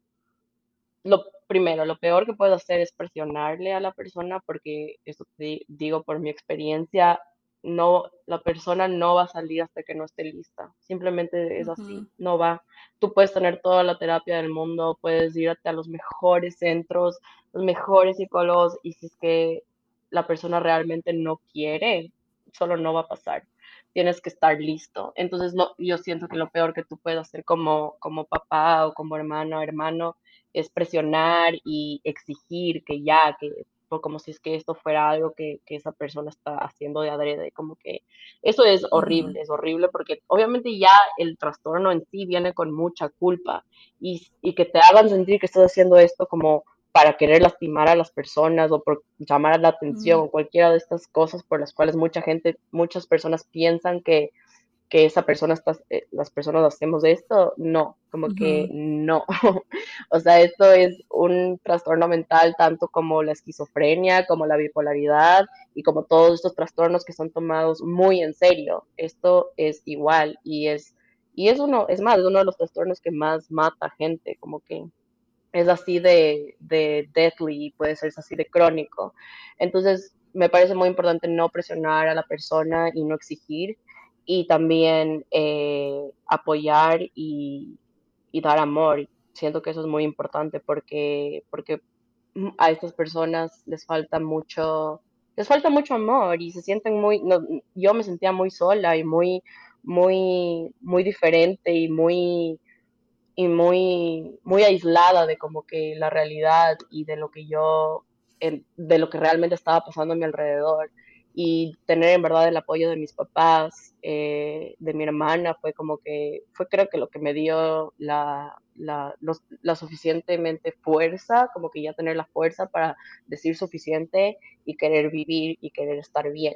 lo primero, lo peor que puedo hacer es presionarle a la persona, porque eso te di- digo por mi experiencia, no, la persona no va a salir hasta que no esté lista. Simplemente es así, Ujú, no va. Tú puedes tener toda la terapia del mundo, puedes irte a los mejores centros, los mejores psicólogos, y si es que la persona realmente no quiere, solo no va a pasar. Tienes que estar listo. Entonces, no, yo siento que lo peor que tú puedes hacer como, como papá o como hermana o hermano es presionar y exigir que ya, que por como si es que esto fuera algo que, que esa persona está haciendo de adrede, como que eso es ujú, horrible, es horrible porque obviamente ya el trastorno en sí viene con mucha culpa y, y que te hagan sentir que estás haciendo esto como para querer lastimar a las personas o por llamar la atención ujú, o cualquiera de estas cosas por las cuales mucha gente, muchas personas piensan que que esa persona está, eh, las personas hacemos esto, no, como que ujú, no. O sea, esto es un trastorno mental tanto como la esquizofrenia, como la bipolaridad y como todos estos trastornos que son tomados muy en serio. Esto es igual y es, y es uno, es más, es uno de los trastornos que más mata gente, como que es así de, de deadly y puede ser así de crónico. Entonces, me parece muy importante no presionar a la persona y no exigir y también eh, apoyar y, y dar amor. Siento que eso es muy importante porque, porque a estas personas les falta mucho, les falta mucho amor y se sienten muy, no, yo me sentía muy sola y muy, muy, muy diferente y muy y muy, muy aislada de como que la realidad y de lo que yo, en- de lo que realmente estaba pasando a mi alrededor. Y tener en verdad el apoyo de mis papás, eh, de mi hermana, fue como que, fue creo que lo que me dio la, la, los- la suficientemente fuerza, como que ya tener la fuerza para decir suficiente y querer vivir y querer estar bien.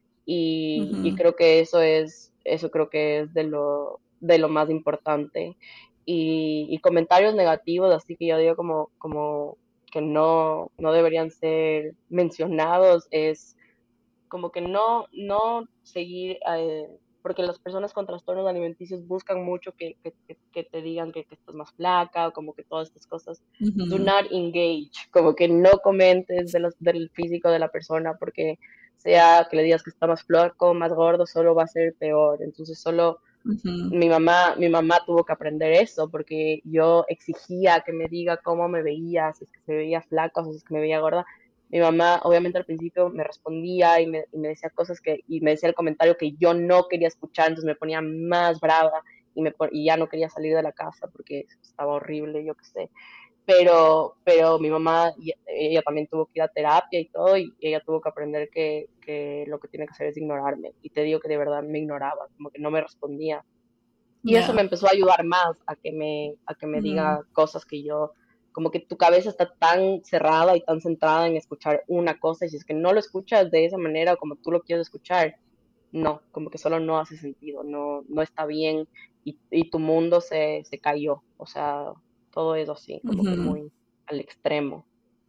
Y, y ujú. creo que eso es, eso creo que es de lo, de lo más importante y, y comentarios negativos, así que yo digo como, como que no, no deberían ser mencionados, es como que no, no seguir, eh, porque las personas con trastornos alimenticios buscan mucho que, que, que- que te digan que, que estás más flaca o como que todas estas cosas. Do Ujú, not engage, como que no comentes de los, del físico de la persona porque sea que le digas que está más flaco, más gordo, solo va a ser peor. Entonces solo ujú, mi mamá, mi mamá tuvo que aprender eso porque yo exigía que me diga cómo me veía, si es que se veía flaca o si es que me veía gorda. Mi mamá, obviamente al principio me respondía y me, y me decía cosas que, y me decía el comentario que yo no quería escuchar, entonces me ponía más brava y, me, pon- y ya no quería salir de la casa porque estaba horrible, yo qué sé. Pero, pero mi mamá, y- ella también tuvo que ir a terapia y todo, y ella tuvo que aprender que, que lo que tiene que hacer es ignorarme. Y te digo que de verdad me ignoraba, como que no me respondía y eso me ya, empezó a ayudar más a que me, a que me ujú, diga cosas que yo, como que tu cabeza está tan cerrada y tan centrada en escuchar una cosa, y si es que no lo escuchas de esa manera o como tú lo quieres escuchar, no, como que solo no hace sentido, no, no está bien y, y tu mundo se, se cayó, o sea, todo es así, como que ujú. muy al extremo.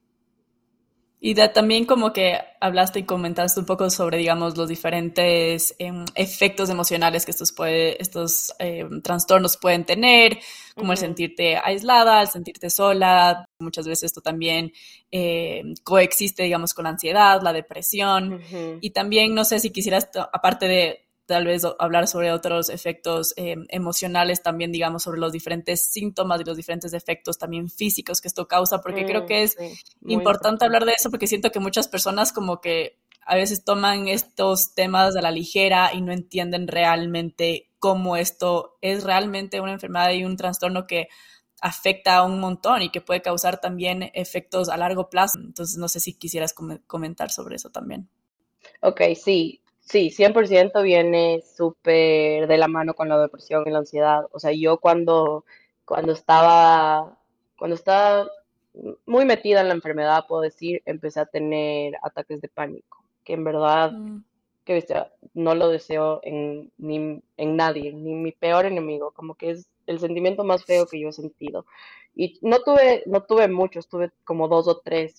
Y de- también como que hablaste y comentaste un poco sobre, digamos, los diferentes em, efectos emocionales que estos, puede, estos em, trastornos pueden tener, como el Ujú, sentirte aislada, el sentirte sola. Muchas veces esto también em, coexiste, digamos, con la ansiedad, la depresión. ujú. Y también, no sé si quisieras, t- aparte de tal vez o- hablar sobre otros efectos eh, emocionales, también digamos sobre los diferentes síntomas y los diferentes efectos también físicos que esto causa, porque creo Mm, que es sí, muy importante importante. hablar de eso porque siento que muchas personas como que a veces toman estos temas a la ligera y no entienden realmente cómo esto es realmente una enfermedad y un trastorno que afecta a un montón y que puede causar también efectos a largo plazo. Entonces, no sé si quisieras com comentar sobre eso también. Ok, sí, sí, cien por ciento viene súper de la mano con la depresión y la ansiedad. O sea, yo cuando, cuando estaba, cuando estaba muy metida en la enfermedad, puedo decir, empecé a tener ataques de pánico, que en verdad, Mm, que o sea, no lo deseo en, ni, en nadie, ni mi peor enemigo, como que es el sentimiento más feo que yo he sentido. Y no tuve, no tuve muchos, tuve como dos o tres,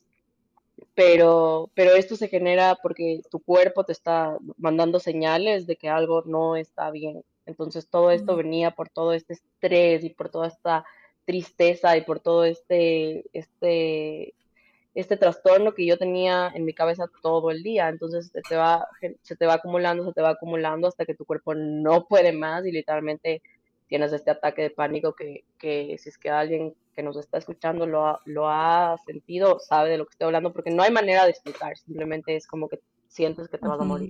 pero, pero esto se genera porque tu cuerpo te está mandando señales de que algo no está bien. Entonces todo esto Mm, venía por todo este estrés y por toda esta tristeza y por todo este, este, este trastorno que yo tenía en mi cabeza todo el día. Entonces se te va, se te va acumulando, se te va acumulando hasta que tu cuerpo no puede más y literalmente tienes este ataque de pánico que, que si es que alguien que nos está escuchando lo ha, lo ha sentido, sabe de lo que estoy hablando, porque no hay manera de explicar, simplemente es como que sientes que te vas a morir ujú,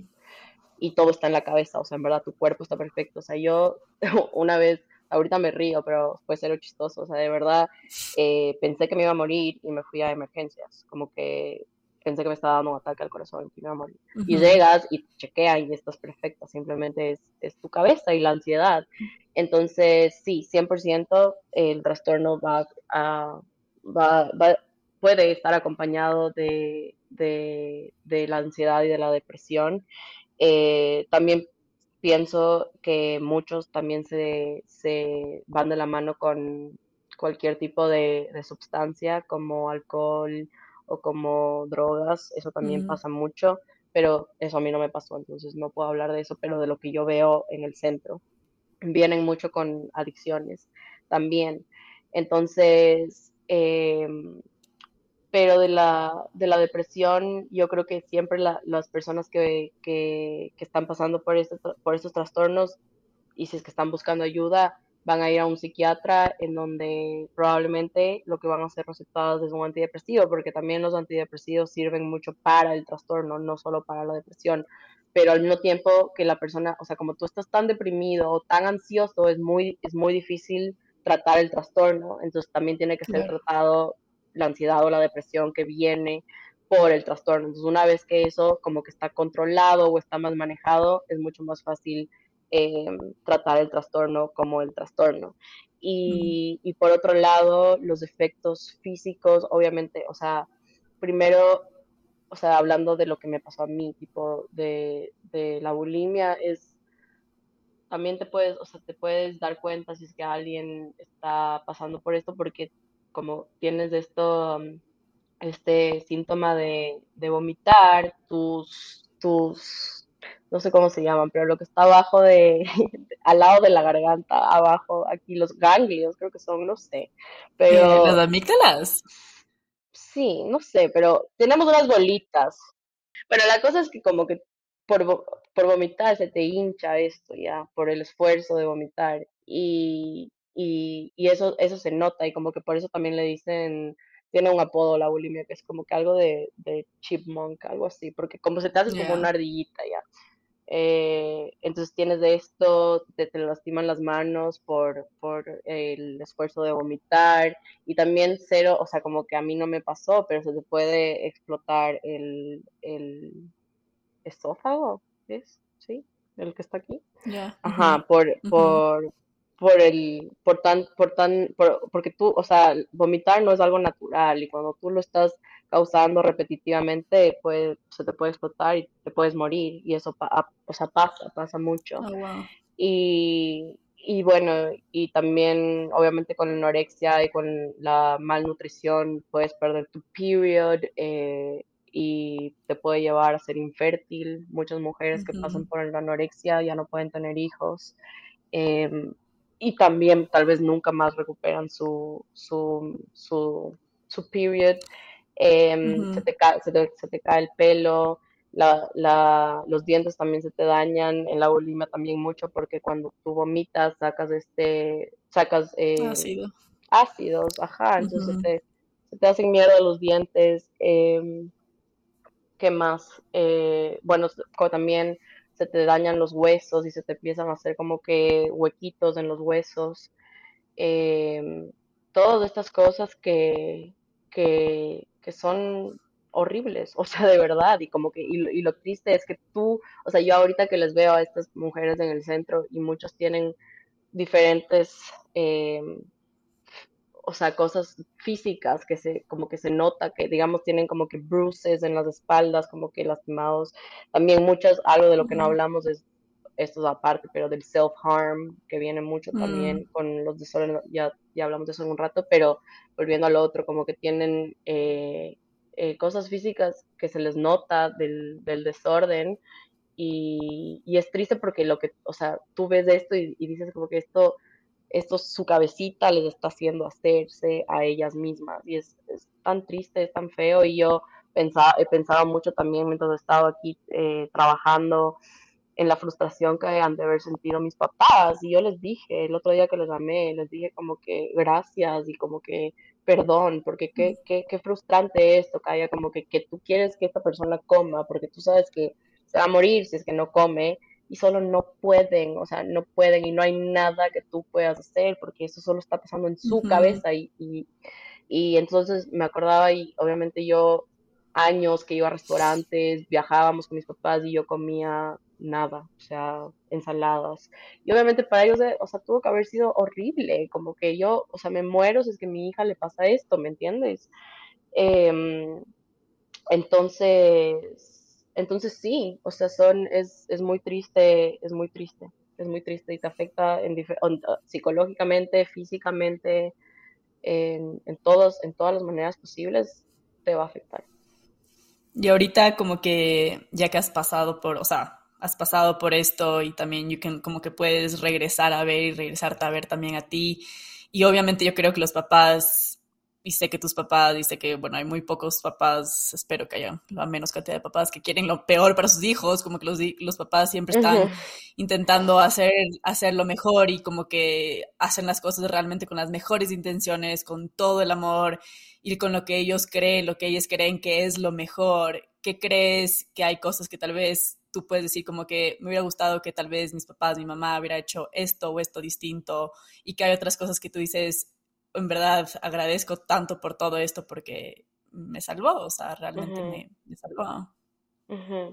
y todo está en la cabeza, o sea, en verdad tu cuerpo está perfecto. O sea, yo una vez, ahorita me río, pero fue cero chistoso, o sea, de verdad eh, pensé que me iba a morir y me fui a emergencias, como que pensé que me estaba dando un ataque al corazón, que me iba a morir. Y ujú, llegas y te chequean y estás perfecta, simplemente es, es tu cabeza y la ansiedad. Entonces, sí, cien por ciento el trastorno va a, va, va, puede estar acompañado de, de, de la ansiedad y de la depresión. Eh, también pienso que muchos también se, se van de la mano con cualquier tipo de, de sustancia como alcohol o como drogas, eso también ujú, pasa mucho, pero eso a mí no me pasó, entonces no puedo hablar de eso, pero de lo que yo veo en el centro, vienen mucho con adicciones también. Entonces, em, pero de la, de la depresión, yo creo que siempre la- las personas que, que, que están pasando por, este, tra- por estos trastornos y si es que están buscando ayuda, van a ir a un psiquiatra en donde probablemente lo que van a ser recetadas es un antidepresivo, porque también los antidepresivos sirven mucho para el trastorno, no solo para la depresión. Pero al mismo tiempo que la persona, o sea, como tú estás tan deprimido o tan ansioso, es muy, es muy difícil tratar el trastorno, entonces también tiene que ser claro. tratado la ansiedad o la depresión que viene por el trastorno. Entonces, una vez que eso como que está controlado o está más manejado, es mucho más fácil eh, tratar el trastorno como el trastorno. Ujú, Y, y por otro lado, los efectos físicos, obviamente, o sea, primero, o sea, hablando de lo que me pasó a mí, tipo de, de la bulimia, es también te puedes, o sea, te puedes dar cuenta si es que alguien está pasando por esto, porque como tienes esto, um, este síntoma de, de vomitar, tus, tus, no sé cómo se llaman, pero lo que está abajo de, al lado de la garganta, abajo, aquí los ganglios, creo que son, no sé, Eh, las pero amígdalas. sí, no sé, pero tenemos unas bolitas. Pero la cosa es que como que por, vo- por vomitar se te hincha esto ya, por el esfuerzo de vomitar. Y, y, y eso, eso se nota y como que por eso también le dicen, tiene un apodo la bulimia, que es como que algo de, de chipmunk, algo así, porque como se te hace como una Ya. ardillita ya. Eh, entonces tienes de esto, te, te lastiman las manos por, por el esfuerzo de vomitar y también cero, o sea, como que a mí no me pasó, pero se te puede explotar el, el esófago, ¿es? ¿Sí? El que está aquí. Ya. Ujú, Ajá, por, ujú, por, por el, por tan, por tan, por- porque tú, o sea, vomitar no es algo natural y cuando tú lo estás causando repetitivamente, pues se te puede explotar y te puedes morir y eso, pa- a- o sea, pasa, pasa mucho. oh, wow. Y, y bueno, y también obviamente con la anorexia y con la malnutrición puedes perder tu period eh, y te puede llevar a ser infértil. Muchas mujeres que pasan Ujú, por la anorexia ya no pueden tener hijos em, y también tal vez nunca más recuperan su, su, su, su period. Em, se ujú. te ca- se te, se te cae el pelo, la, la, los dientes también se te dañan, en la bulimia también mucho porque cuando tú vomitas sacas este, sacas eh, Ácido. ácidos, ajá, entonces se Ujú, te, se te hacen mierda los dientes. em, ¿Qué más? Eh, bueno, s- co- también se te dañan los huesos y se te empiezan a hacer como que huequitos en los huesos. em, Todas estas cosas que, que, que son horribles, o sea, de verdad, y como que, y, lo- y lo triste es que tú, o sea, yo ahorita que les veo a estas mujeres en el centro y muchos tienen diferentes, em, o sea, cosas físicas que se, como que se nota, que digamos tienen como que bruises en las espaldas, como que lastimados. También muchas, algo de lo que no ujú. hablamos es esto es aparte, pero del self-harm, que viene mucho Mm, también con los desórdenes, ya, ya hablamos de eso en un rato, pero volviendo al otro, como que tienen eh, eh, cosas físicas que se les nota del, del desorden y, y es triste porque lo que, o sea, tú ves esto y, y dices como que esto, esto su cabecita les está haciendo hacerse a ellas mismas y es, es tan triste, es tan feo y yo pensaba, he pensado mucho también mientras he estado aquí eh, trabajando en la frustración que han de haber sentido mis papás y yo les dije, el otro día que les llamé, les dije como que gracias y como que perdón, porque qué, qué, qué frustrante esto, que haya como que, que tú quieres que esta persona coma, porque tú sabes que se va a morir si es que no come, y solo no pueden, o sea, no pueden y no hay nada que tú puedas hacer, porque eso solo está pasando en su ujú. cabeza y, y, y entonces me acordaba y obviamente yo años que iba a restaurantes, viajábamos con mis papás y yo comía nada, o sea, ensaladas. Y obviamente para ellos, eh, o sea, tuvo que haber sido horrible, como que yo, o sea, me muero si es que a mi hija le pasa esto, ¿me entiendes? Em, entonces, entonces sí, o sea, son, es, es muy triste, es muy triste, es muy triste y te afecta en dife- on- uh, psicológicamente, físicamente, en, en todos, en todas las maneras posibles, te va a afectar. Y ahorita como que ya que has pasado por, o sea, has pasado por esto y también you can, como que puedes regresar a ver y regresarte a ver también a ti. Y obviamente yo creo que los papás, y sé que tus papás, y sé que, bueno, hay muy pocos papás, espero que haya la menos cantidad de papás que quieren lo peor para sus hijos, como que los, los papás siempre Ujú, están intentando hacer, hacer lo mejor y como que hacen las cosas realmente con las mejores intenciones, con todo el amor ir con lo que ellos creen, lo que ellos creen que es lo mejor. ¿Qué crees que hay cosas que tal vez tú puedes decir como que me hubiera gustado que tal vez mis papás, mi mamá hubiera hecho esto o esto distinto y que hay otras cosas que tú dices, en verdad agradezco tanto por todo esto porque me salvó, o sea, realmente ujú, me, me salvó. ujú.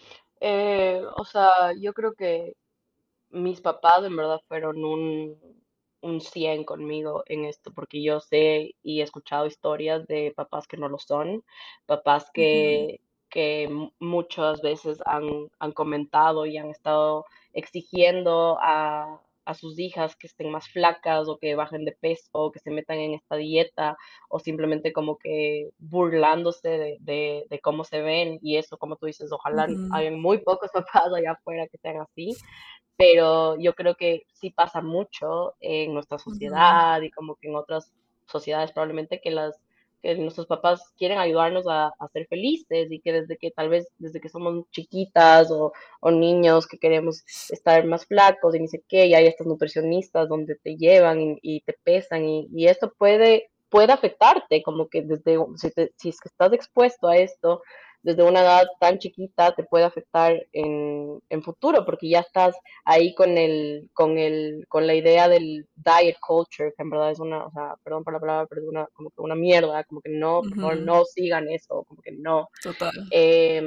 Eh, o sea, yo creo que mis papás en verdad fueron un, un cien conmigo en esto, porque yo sé y he escuchado historias de papás que no lo son, papás Ujú, que, que mu- muchas veces han, han comentado y han estado exigiendo a, a sus hijas que estén más flacas o que bajen de peso o que se metan en esta dieta o simplemente como que burlándose de, de, de cómo se ven y eso, como tú dices, ojalá ujú, hayan muy pocos papás allá afuera que sean así, pero yo creo que sí pasa mucho en nuestra ujú, sociedad y como que en otras sociedades probablemente que las que nuestros papás quieren ayudarnos a, a ser felices y que desde que tal vez desde que somos chiquitas o, o niños que queremos estar más flacos y ni sé qué, y hay estas nutricionistas donde te llevan y, y te pesan y, y esto puede puede afectarte, como que desde si, te- si es que estás expuesto a esto desde una edad tan chiquita te puede afectar en, en futuro porque ya estás ahí con el, con el, con la idea del diet culture, que en verdad es una, o sea, perdón por la palabra, pero es una, como que una mierda, como que no, por favor, ujú, no sigan eso, como que no. total. Eh,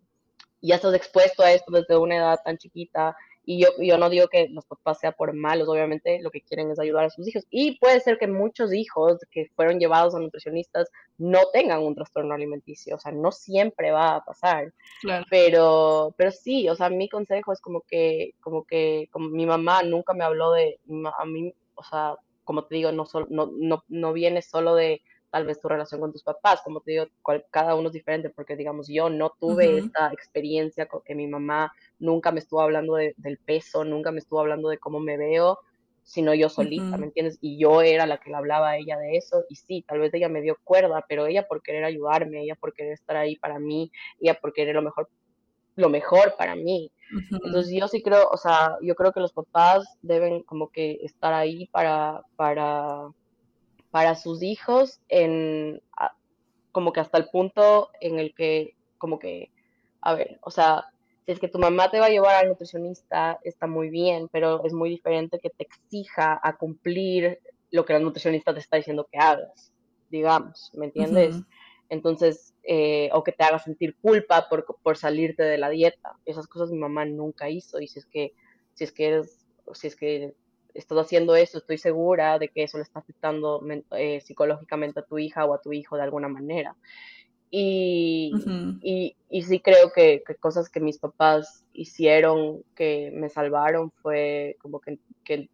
ya estás expuesto a esto desde una edad tan chiquita. Y yo, yo no digo que los papás sean por malos, obviamente lo que quieren es ayudar a sus hijos. Y puede ser que muchos hijos que fueron llevados a nutricionistas no tengan un trastorno alimenticio, o sea, no siempre va a pasar. Claro. Pero, pero sí, o sea, mi consejo es como que, como que, como mi mamá nunca me habló de, ma- a mí, o sea, como te digo, no, sol- no, no, no viene solo de tal vez tu relación con tus papás, como te digo, cual- cada uno es diferente, porque digamos, yo no tuve Ujú, esta experiencia con que mi mamá nunca me estuvo hablando de- del peso, nunca me estuvo hablando de cómo me veo, sino yo solita, ¿me ujú, entiendes? Y yo era la que le hablaba a ella de eso, y sí, tal vez ella me dio cuerda, pero ella por querer ayudarme, ella por querer estar ahí para mí, ella por querer lo mejor lo mejor para mí. ujú, Entonces yo sí creo, o sea, yo creo que los papás deben como que estar ahí para, para, para sus hijos en, a- como que hasta el punto en el que, como que, a ver, o sea, si es que tu mamá te va a llevar al nutricionista, está muy bien, pero es muy diferente que te exija a cumplir lo que la nutricionista te está diciendo que hagas, digamos, ¿me ujú, entiendes? Entonces, eh, o que te haga sentir culpa por, por salirte de la dieta. Esas cosas mi mamá nunca hizo. Y si es que, si es que eres, si es que estás haciendo eso, estoy segura de que eso le está afectando men- eh, psicológicamente a tu hija o a tu hijo de alguna manera. Y, Ujú. y, y sí creo que, que cosas que mis papás hicieron que me salvaron fue como que, que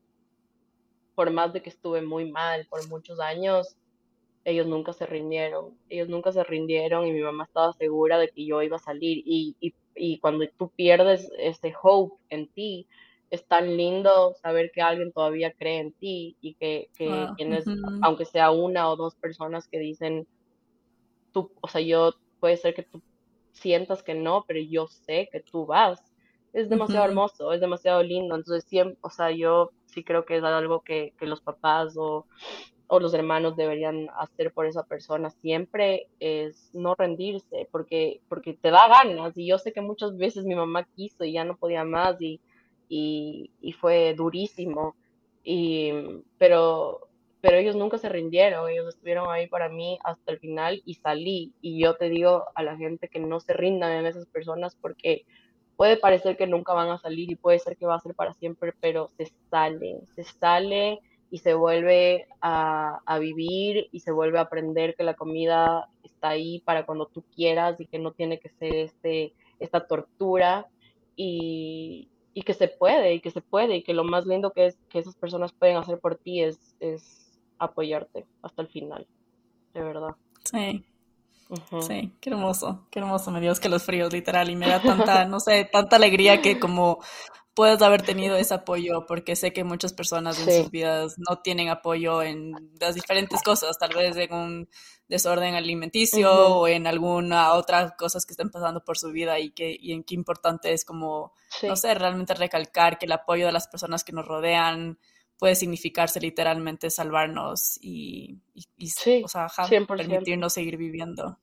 por más de que estuve muy mal por muchos años, ellos nunca se rindieron, ellos nunca se rindieron y mi mamá estaba segura de que yo iba a salir y, y, y cuando tú pierdes ese hope en ti, es tan lindo saber que alguien todavía cree en ti y que, que Wow. tienes, Ujú. aunque sea una o dos personas que dicen, tú, o sea, yo, puede ser que tú sientas que no, pero yo sé que tú vas. Es demasiado Ujú. hermoso, es demasiado lindo. Entonces, siempre, o sea, yo sí creo que es algo que, que los papás o, o los hermanos deberían hacer por esa persona siempre es no rendirse, porque, porque te da ganas. Y yo sé que muchas veces mi mamá quiso y ya no podía más y, y, y fue durísimo. Y, pero, pero ellos nunca se rindieron, ellos estuvieron ahí para mí hasta el final y salí. Y yo te digo a la gente que no se rindan en esas personas porque puede parecer que nunca van a salir y puede ser que va a ser para siempre, pero se sale, se sale y se vuelve a, a vivir y se vuelve a aprender que la comida está ahí para cuando tú quieras y que no tiene que ser este, esta tortura y, y que se puede y que se puede y que lo más lindo que es que esas personas pueden hacer por ti es, es apoyarte hasta el final, de verdad. Sí. Ujú. Sí, qué hermoso, qué hermoso, me dio es que los fríos, literal, y me da tanta, no sé, tanta alegría que como puedes haber tenido ese apoyo, porque sé que muchas personas en sus Sí. vidas no tienen apoyo en las diferentes cosas, tal vez en un desorden alimenticio Ujú. o en alguna otra cosas que estén pasando por su vida y que y en qué importante es como, no Sí. sé, realmente recalcar que el apoyo de las personas que nos rodean puede significarse literalmente salvarnos y, y, y o Sí, sea, ajá, cien por ciento. permitirnos seguir viviendo.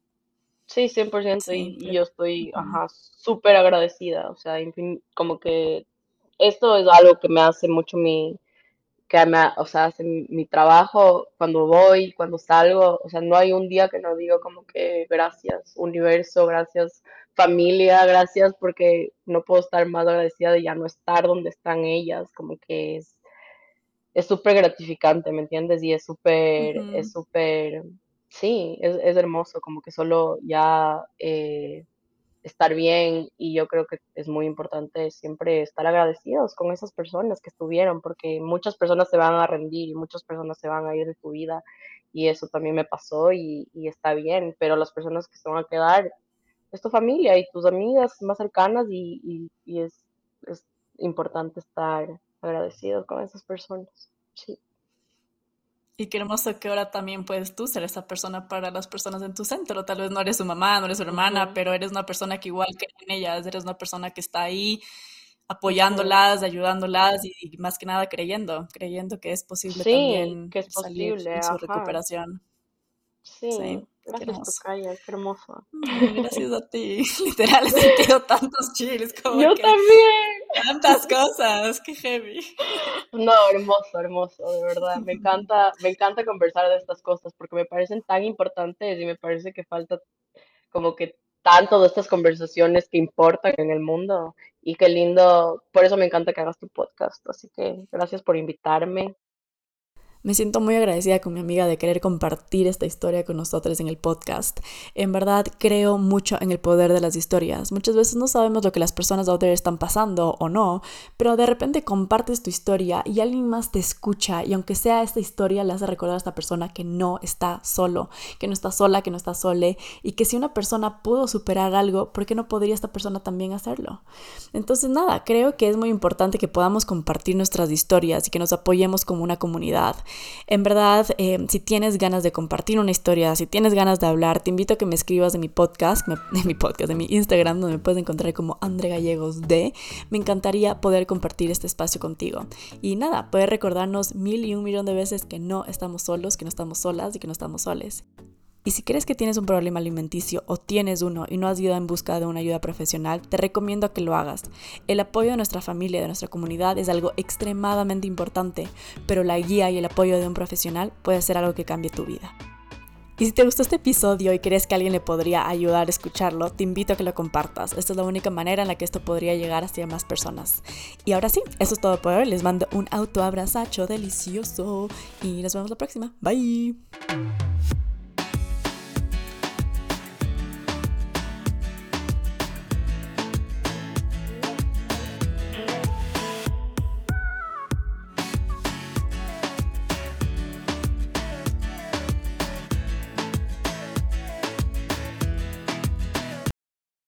Sí, cien por ciento y, Sí, y creo. yo estoy, Ujú. ajá, súper agradecida, o sea, infin- como que esto es algo que me hace mucho mi, que me, ha- o sea, hace mi, mi trabajo cuando voy, cuando salgo, o sea, no hay un día que no digo como que gracias, universo, gracias, familia, gracias, porque no puedo estar más agradecida de ya no estar donde están ellas, como que es, es súper gratificante, ¿me entiendes? Y es súper, es Ujú. súper, sí, es, es hermoso, como que solo ya eh, estar bien y yo creo que es muy importante siempre estar agradecidos con esas personas que estuvieron, porque muchas personas se van a rendir y muchas personas se van a ir de tu vida y eso también me pasó y, y está bien, pero las personas que se van a quedar es tu familia y tus amigas más cercanas y, y, y es, es importante estar agradecidos con esas personas. Sí. Y qué hermoso que ahora también puedes tú ser esa persona para las personas en tu centro. Tal vez no eres su mamá, no eres su hermana, Ujú, pero eres una persona que igual cree en ellas, eres una persona que está ahí ujú. apoyándolas, ayudándolas y, y más que nada creyendo, creyendo que es posible Sí, también que es salir posible, en su ajá. recuperación. Sí, Sí, qué gracias, hermoso. Tocaya, qué hermoso. Mm, gracias a ti. Literal, he sentido tantos chills, como Yo que también. tantas cosas, qué heavy. No, hermoso, hermoso, de verdad. Me encanta, me encanta conversar de estas cosas porque me parecen tan importantes y me parece que falta como que tanto de estas conversaciones que importan en el mundo. Y qué lindo, por eso me encanta que hagas tu podcast. Así que gracias por invitarme. Me siento muy agradecida con mi amiga de querer compartir esta historia con nosotros en el podcast. En verdad creo mucho en el poder de las historias. Muchas veces no sabemos lo que las personas out there están pasando o no, pero de repente compartes tu historia y alguien más te escucha y aunque sea esta historia le hace recordar a esta persona que no está solo, que no está sola, que no está sole y que si una persona pudo superar algo, ¿por qué no podría esta persona también hacerlo? Entonces nada, creo que es muy importante que podamos compartir nuestras historias y que nos apoyemos como una comunidad. En verdad, eh, si tienes ganas de compartir una historia, si tienes ganas de hablar, te invito a que me escribas en mi podcast, de mi podcast, de mi Instagram, donde me puedes encontrar como Andre Gallegos D. Me encantaría poder compartir este espacio contigo. Y nada, poder recordarnos mil y un millón de veces que no estamos solos, que no estamos solas y que no estamos soles. Y si crees que tienes un problema alimenticio o tienes uno y no has ido en busca de una ayuda profesional, te recomiendo que lo hagas. El apoyo de nuestra familia, de nuestra comunidad es algo extremadamente importante, pero la guía y el apoyo de un profesional puede ser algo que cambie tu vida. Y si te gustó este episodio y crees que alguien le podría ayudar a escucharlo, te invito a que lo compartas. Esta es la única manera en la que esto podría llegar hacia más personas. Y ahora sí, eso es todo por hoy. Les mando un autoabrazacho delicioso y nos vemos la próxima. Bye.